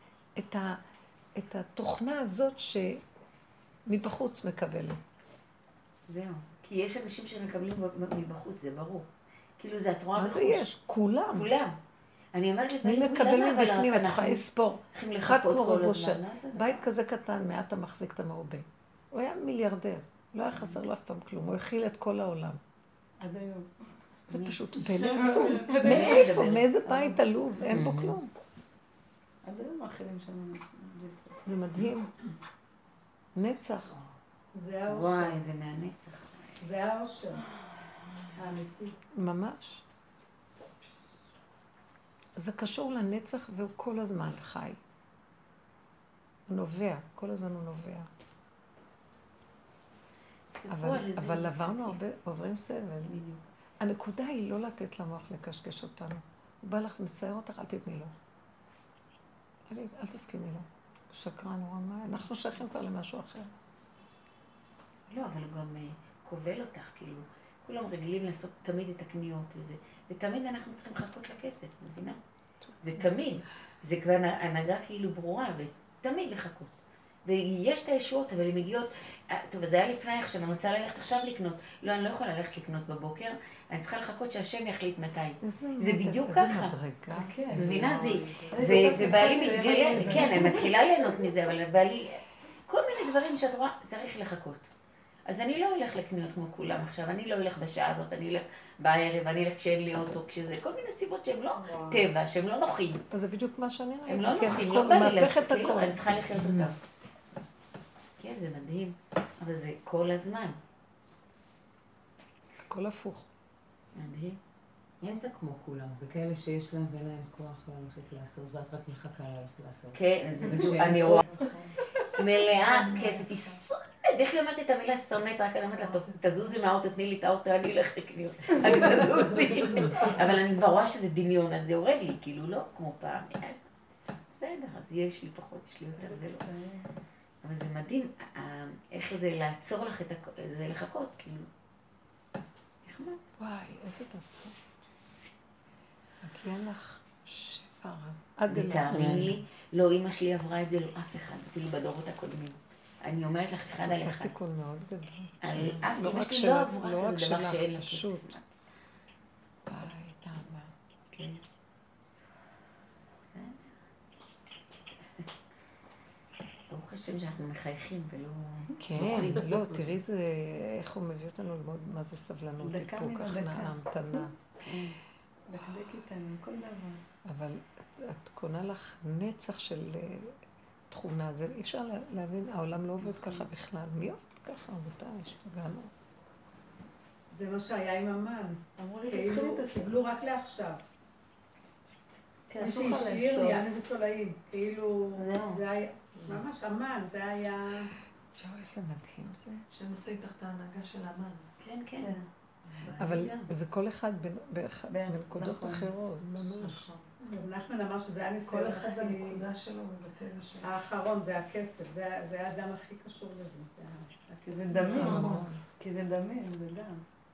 את התוכנה הזאת שמבחוץ מקבלת. זהו. כי יש אנשים שמקבלים מבחוץ, זה ברור. כאילו זה התרועה בחוץ. מה זה יש? כולם. כולם. אני אומרת, מי מקבל מבפנים, את יכולה לספור. צריכים לחכות כל הזמן. בית כזה קטן, מעט המחזיק את המרובה. הוא היה מיליארדר. לא היה חסר לו אף פעם כלום. הוא הכיל את כל העולם. עד היום. זה פשוט פלא עצום. מאיפה? מאיזה בית עלוב? אין בו כלום. עד היום האחרים שם. זה מדהים. נצח. זה האושר. וואי, זה מהנצח. זה האושר. האמיתי. ממש. זה קשור לנצח והוא כל הזמן חי. הוא נובע, כל הזמן הוא נובע. אבל עברנו הרבה, עוברים סבל. הנקודה היא לא לתת למוח לקשקש אותנו. הוא בא לך ומצייר אותך, אל תתני לו. אל תסכימי לו. שקרן, הוא רמה, אנחנו שייכים כבר למשהו אחר. לא, אבל הוא גם כובל אותך, כאילו. כולם רגילים לעשות תמיד את הקניות וזה. ותמיד אנחנו צריכים לחכות לכסף, מבינה? זה תמיד. זה כבר הנהגה כאילו ברורה, ותמיד לחכות. ויש את הישועות, אבל הן מגיעות... טוב, אז זה היה לי פנאי עכשיו, אני רוצה ללכת עכשיו לקנות. לא, אני לא יכולה ללכת לקנות בבוקר, אני צריכה לחכות שהשם יחליט מתי. זה בדיוק ככה. מבינה? זה... ובעלי מתגלה, כן, אני מתחילה ליהנות מזה, אבל בעלי... כל מיני דברים שאת רואה, צריך לחכות. אז אני לא הולך לקניות כמו כולם עכשיו, אני לא הולך בשעה הזאת, אני הולך בערב, אני הולך כשאין לי אוטו, כשזה, כל מיני סיבות שהן לא טבע, שהן לא נוחים. אז זה בדיוק מה שאני ראיתי. הם לא נוחים, לא בא לי לעשות, כאילו, אני צריכה לחיות אותם. כן, זה מדהים, אבל זה כל הזמן. הכל הפוך. מדהים. אין את כמו כולם, וכאלה שיש להם ואין להם כוח ללכת לעשות, ואת רק מחכה ללכת לעשות. כן, זה בדיוק, אני רואה. מלאה כסף, היא שונאת, איך היא אומרת את המילה שונאת? רק אני אומרת לה, טוב, תזוזי מהאוטו, תני לי את האוטו, אני אלך לקניות. רק תזוזי. אבל אני כבר רואה שזה דמיון, אז זה יורד לי, כאילו לא כמו פעם. בסדר, אז יש לי פחות, יש לי יותר, זה לא. אבל זה מדהים, איך זה לעצור לך את זה, לחכות, כאילו. איך מה? וואי, איזה תפסת. מגיע לך שפע רב. עד אליי. ותאמין לי, לא, אמא שלי עברה את זה, לא אף אחד, אפילו בדורות הקודמים. אני אומרת לך אחד על את עושה אחד. תיקון מאוד גדול. על אף לא אמא רק שלי לא שלך, עברה לא רק כזה דבר שלך, שאין לה פשוט. כסף. וואי, נעמה. כן. ברוך השם שאנחנו מחייכים ולא... כן, לא, תראי זה, איך הוא מביא אותנו ללמוד מה זה סבלנות, דקה איפוק, מן הכנעה, הדקה. המתנה. לדקדק איתנו, כל דבר. אבל את קונה לך נצח של תכונה, זה אי אפשר להבין, העולם לא עובד ככה בכלל. מי עובד ככה? רבותיי, השתגענו. זה מה שהיה עם המן. אמרו לי, כאילו, תתחילי את השם. קיבלו רק לעכשיו. כן, מי אסור לך שהשאיר לאסור. נהיה מזה תולעים. כאילו, זהו. זה היה, ממש המן, זה היה... יואו, איזה מדהים זה. שם עושה איתך את ההנהגה של המן. כן, כן. אבל זה כל אחד בנקודות נכון. אחרות, ממש. נכון. נחמן אמר שזה היה ניסיון. כל אחד בנקודה שלו ובטבע שלו. האחרון, זה הכסף, זה האדם הכי קשור לזה. זה כי זה דמים. נכון. כי זה דמים, זה דם.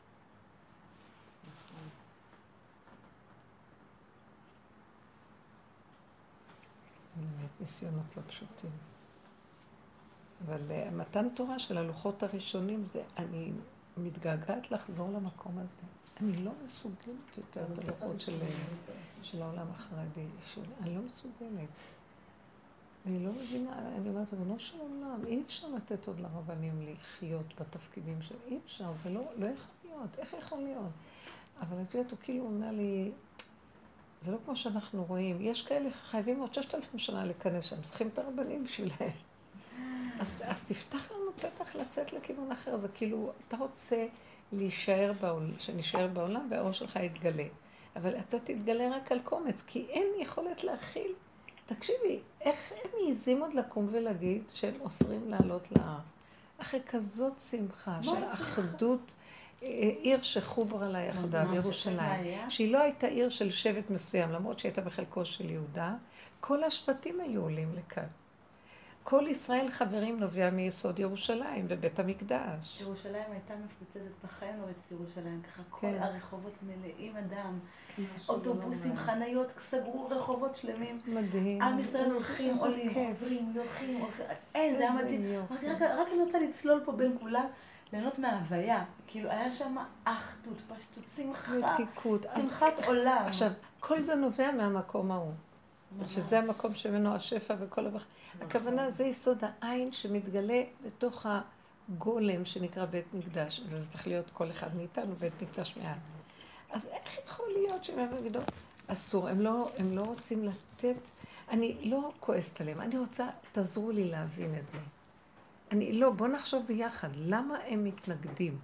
באמת ניסיונות לא פשוטים. אבל מתן תורה של הלוחות הראשונים זה, אני מתגעגעת לחזור למקום הזה. אני לא מסוגלת יותר את הלוחות של העולם החרדי. אני לא מסוגלת. אני לא מבינה, אני אומרת, אבל לא של עולם, אי אפשר לתת עוד לרבנים לחיות בתפקידים של, אי אפשר, זה לא יכול להיות, איך יכול להיות? אבל את יודעת, הוא כאילו אומר לי, זה לא כמו שאנחנו רואים, יש כאלה חייבים עוד 6,000 שנה להיכנס שם, צריכים את הרבנים בשבילהם. אז תפתח לנו פתח לצאת לכיוון אחר, זה כאילו, אתה רוצה להישאר בעולם, שנשאר בעולם והאור שלך יתגלה. אבל אתה תתגלה רק על קומץ, כי אין יכולת להכיל. תקשיבי, איך הם מעיזים עוד לקום ולהגיד שהם אוסרים לעלות להר? אחרי כזאת שמחה של אחדות, עיר שחוברה לה יחדיו, ירושלים, שהיא לא הייתה עיר של שבט מסוים, למרות שהייתה בחלקו של יהודה, כל השבטים היו עולים לכאן. כל ישראל חברים נובע מיסוד ירושלים ובית המקדש. ירושלים הייתה מפוצצת, בחיים לא ראיתי ירושלים, ככה כל כן. הרחובות מלאים אדם, אוטובוסים, חניות, סגרו רחובות שלמים. מדהים. עם ישראל הולכים, עולים, חוזרים, הולכים, אין, זה היה מדהים. אמרתי, רק אני רוצה לצלול פה בין כולם, ליהנות מההוויה. כאילו, היה שם אחדות, פשטות, שמחה, מתיקות. שמחת עולם. עכשיו, כל זה נובע מהמקום ההוא. שזה המקום שמנו השפע וכל הבח... הכוונה זה יסוד העין שמתגלה בתוך הגולם שנקרא בית מקדש. וזה צריך להיות כל אחד מאיתנו, בית מקדש מעל. אז איך יכול להיות שהם יגידו, אסור, הם לא רוצים לתת, אני לא כועסת עליהם, אני רוצה, תעזרו לי להבין את זה. בוא נחשוב ביחד, למה הם מתנגדים?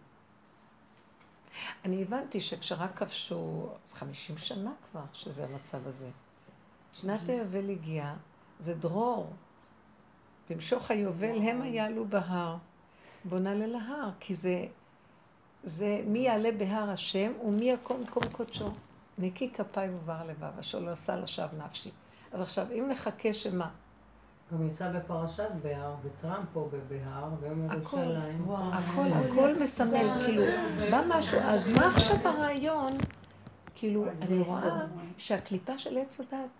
אני הבנתי שכשרק כבשו 50 שנה כבר, שזה המצב הזה. שנת היובל הגיעה, זה דרור. במשוך היובל הם יעלו בהר. בוא נעלה להר, כי זה מי יעלה בהר השם ומי יקום קום קודשו. נקי כפיים ובר לבב, אשר לא עשה לשווא נפשי. אז עכשיו, אם נחכה שמה? גם יצא בפרשת בהר, וטראמפ פה בהר, ובירושלים. הכל מסמל, כאילו, בא משהו, אז מה עכשיו הרעיון? כאילו, אני רואה שהקליפה של עץ הדת,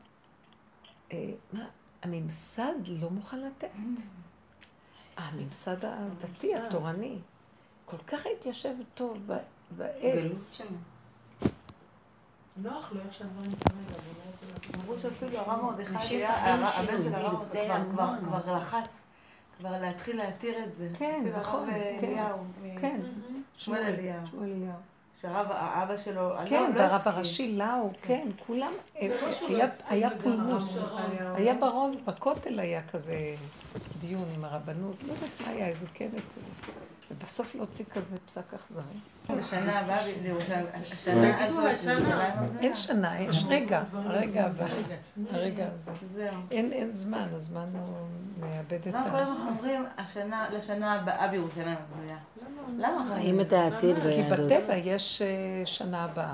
הממסד לא מוכן לתת. הממסד הדתי, התורני, כל כך התיישב טוב בעץ. נוח לו איך שאמרו לי כרגע, אבל לא רוצה לעשות. אמרו שאפילו הרב מרדכי, נשים הבן חיים של הרב זה המון. כבר לחץ, כבר להתחיל להתיר את זה. כן, אפילו נכון, הרב כן. אליהו, כן, שמואל אליהו. שמואל אליהו. שהאבא שלו, כן, לא והרב הסכים. הראשי לאו, כן, כולם, לא היה הסכים פולמוס. לגמרי. היה ברוב, בכותל היה כזה דיון עם הרבנות, לא יודעת מה היה, איזה כנס כזה. ובסוף להוציא כזה פסק אכזרי. בשנה הבאה לירושלים, השנה הזאת, אין שנה, יש רגע, הרגע הבא, הרגע הזה. זהו. אין זמן, הזמן הוא מאבד את למה כל הזמן אומרים לשנה הבאה בירושלים הבאה? למה חיים את העתיד כי ביהדות. בטבע יש שנה הבאה.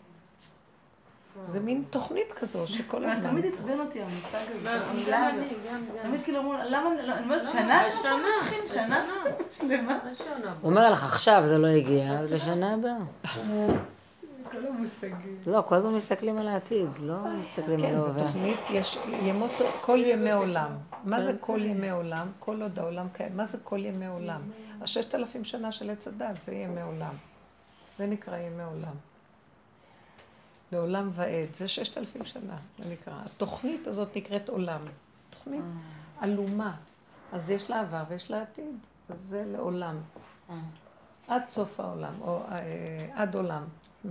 זה מין תוכנית כזו שכל הזמן. תמיד עצבן אותי המושג הזה, המילה הזאת. תמיד כאילו אמרו, למה, אני אומרת, שנה? שנה? שלמה? הוא אומר לך, עכשיו זה לא הגיע, אז לשנה הבאה. כל המושגים. לא, כל הזמן מסתכלים על העתיד, לא מסתכלים על כן, זו ההווה. תוכנית, יש ימות, כל ימי עולם. מה זה כל ימי עולם? כל עוד העולם קיים. מה זה כל ימי עולם? 6,000 שנה של עץ הדת, זה ימי עולם. זה נקרא ימי עולם. לעולם ועד, זה 6,000 שנה, זה נקרא. התוכנית הזאת נקראת עולם. תוכנית עלומה. אז יש לה עבר ויש לה עתיד. אז זה לעולם. עד סוף העולם, או עד עולם.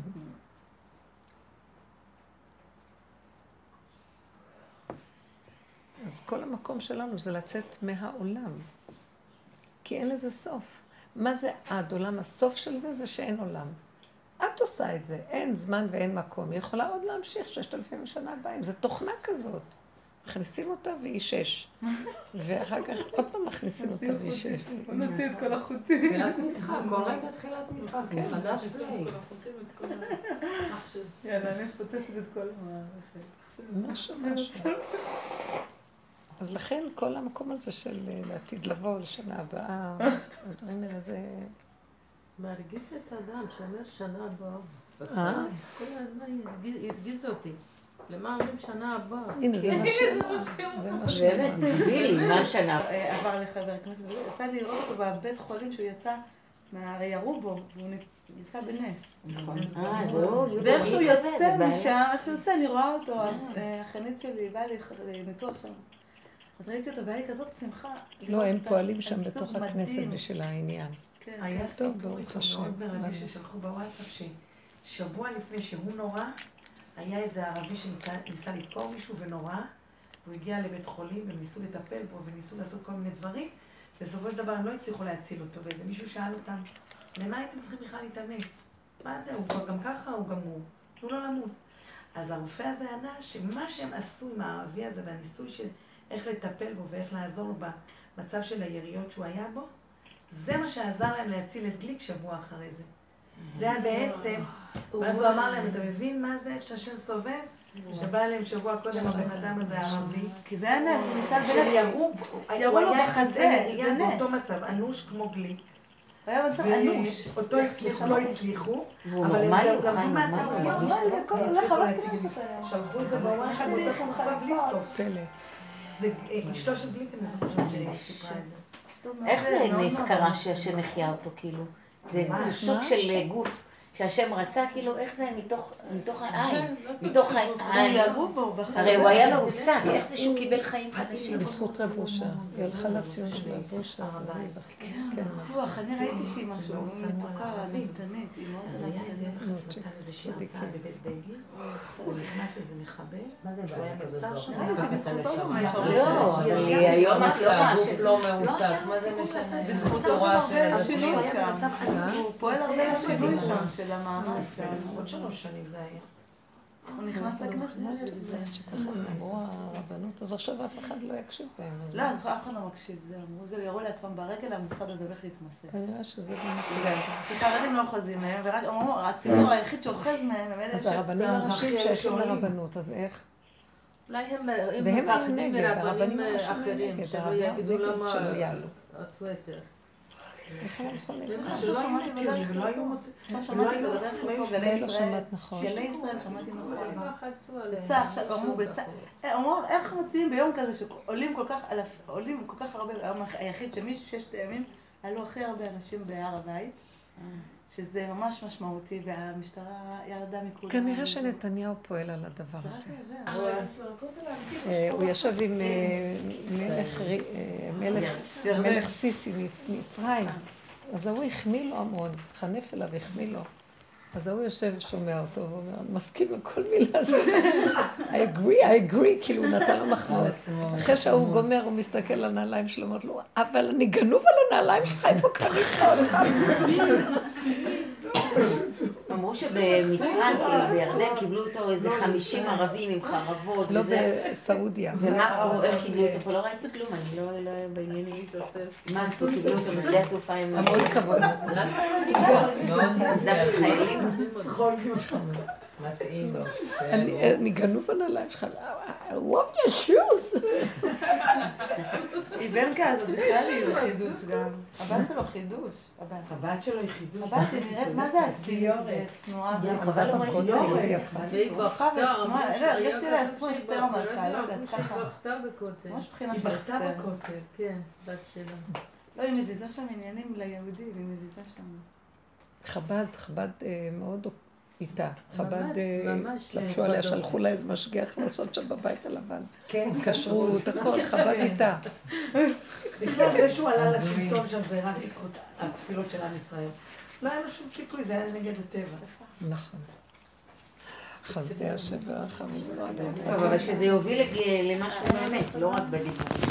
אז כל המקום שלנו זה לצאת מהעולם. כי אין לזה סוף. מה זה עד עולם? הסוף של זה זה שאין עולם. את עושה את זה, אין זמן ואין מקום. היא יכולה עוד להמשיך 6,000 שנה הבאים. זו תוכנה כזאת. מכניסים אותה והיא 6. ואחר כך עוד פעם מכניסים אותה והיא 6. בוא נוציא את כל החוטים. תחילת משחק, כל רגע תחילת משחק, חדש פלאי. יאללה, אני מפוצצת את כל המערכת. משהו. אז לכן כל המקום הזה של לעתיד לבוא לשנה הבאה, הדברים האלה זה... מרגיז את האדם שאומר שנה הבאה. כל הזמן הרגיז אותי. למה אומרים שנה הבאה? הנה, זה מה ש... באמת, בילי, מה השנה? עבר לחבר הכנסת, יצא לי לראות אותו בבית חולים שהוא יצא, הרי ירו בו, והוא יצא בנס. זהו, ואיך שהוא יוצא משם, איך שהוא יוצא, אני רואה אותו, החנית שלי באה לניתוח שם. אז ראיתי אותו, והיה לי כזאת שמחה. לא, הם פועלים שם בתוך הכנסת בשביל העניין. היה טוב, סיפור ברוך איתו השם. מאוד מרגש ששלחו בוואטסאפ ששבוע לפני שהוא נורא, היה איזה ערבי שניסה לדקור מישהו ונורא, והוא הגיע לבית חולים והם ניסו לטפל בו וניסו לעשות כל מיני דברים, בסופו של דבר הם לא הצליחו להציל אותו, ואיזה מישהו שאל אותם, למה הייתם צריכים בכלל להתאמץ? מה זה, הוא כבר גם ככה, הוא גמור, תנו לו למות. אז הרופא הזה ענה שמה שהם עשו עם הערבי הזה והניסוי של איך לטפל בו ואיך לעזור לו במצב של היריות שהוא היה בו, זה מה שעזר להם להציל את גליק שבוע אחרי זה. זה היה בעצם, ואז הוא אמר להם, אתה מבין מה זה שהשם סובב? שבא אליהם שבוע קודם הבן אדם הזה הערבי. כי זה היה נס, הוא ניצל שירו, הוא לו היה בחזה, היה באותו מצב, אנוש כמו גליק. הוא היה מצב אנוש. ואותו הצליחו, לא הצליחו, והוא אבל הם נורמלי, למדו הוא מהטעויות. והצליחו להציג את זה. שלחו את זה בוואטסאפ, באותה תקופה בלי סוף. פלא. זה אשתו של גליק, אני זוכרת שסיפרה את זה. איך זה נזכרה שהשם החיה אותו, כאילו? זה סוג של גוף שהשם רצה, כאילו, איך זה מתוך העין? מתוך העין. הרי הוא היה מעוסק, איך זה שהוא קיבל חיים חדשים? בזכות רב אושר. היא הלכה לציון של רב אושר. כן. בטוח, אני ראיתי שהיא משהו מתוקה, נמתנית, היא מאוד אז היה איזה נמתנית. אחד שנתן איזה שהרצאה בבית בגין, הוא נכנס איזה מחבל, שהוא היה מצר שם. לא, אבל היום את לא רואה הגוף לא מעוסק, מה זה משנה? בזכות הוראה של אנשים. הוא פועל הרבה לשינוי שם, של המאמץ. לפחות 3 שנים זה היה. הוא נכנס לכנסת בשביל זה. שככה אמרו הרבנות, אז עכשיו אף אחד לא יקשיב בהם. לא, אז אף אחד לא מקשיב, זה אמרו, זה יראו לעצמם ברגל, המוסד הזה הולך להתמסס. כנראה שזה באמת... חרדים לא אוחזים מהם, ורק אמרו, הציבור היחיד שאוחז מהם, הם אלה אז הרבנים הראשיים שהשאו לרבנות, אז איך? אולי הם מפחדים מרבנים אחרים, שלא יגידו למה שלא יעלו. הסווטר. איך הם יכולים? שלא היו מתירים, לא היו מוצאים. שמעתי את הדרך פה גלי לא ישראל, שמעת נכון. גלי ישראל שמעתי נכון. בצע, עכשיו אמרו בצע, אמרו איך מוציאים ביום כזה שעולים כל כך הרבה, היום היחיד שמישהו 6 ימים, עלו הכי הרבה אנשים בהר הבית, שזה ממש משמעותי, והמשטרה ירדה מכולם. כנראה שנתניהו פועל על הדבר הזה. הוא ישב עם מלך סיסי מצרים, אז הוא החמיא לו המון, חנף אליו, החמיא לו. אז הוא יושב ושומע אותו, ואומר, מסכים לכל מילה שלך. I agree, כאילו הוא נתן לו מחמאות. אחרי שהוא גומר, הוא מסתכל על הנעליים שלו, אומר לו, אבל אני גנוב על הנעליים שלך, איפה קנית אותם? אמרו שבמצרים, כאילו בירדן, קיבלו אותו איזה 50 ערבים עם חרבות. לא בסעודיה. ומה, איך קיבלו אותו פה? לא ראיתי כלום, אני לא בעניינים. מה עשו? קיבלו אותו בשדה התעופה עם... המון כבוד. מסדה של חיילים. מתאים. אני גנוב על הנעליים שלך. What your shoes? איבנקה הזאת בכלל היא חידוש גם. הבת שלו חידוש. הבת שלו היא חידוש. הבת היא נראית, מה זה הציליות צנועה? חבל במקוטל, איזה יפה. והיא בכתה, הרגשתי לה כמו אסתר המלכה, לא יודעת, היא ככה. בכתה בכותל. ממש בחינה היא של בכתה אסתר. בכותל. כן, בת שלה. לא, היא מזיזה שם עניינים ליהודים, היא מזיזה שם. חב"ד מאוד איתה. חב"ד ממש, לבשו עליה, שלחו לה איזה משגיח לעשות שם בבית הלבן. כן. כשרות, הכל, חב"ד איתה. בכלל זה שהוא עלה לשלטון שם זה רק בזכות התפילות של עם ישראל. לא היה לו שום סיכוי, זה היה נגד הטבע. נכון. חסדי השם והרחמים. טוב, אבל שזה יוביל למשהו באמת, לא רק בדיבור.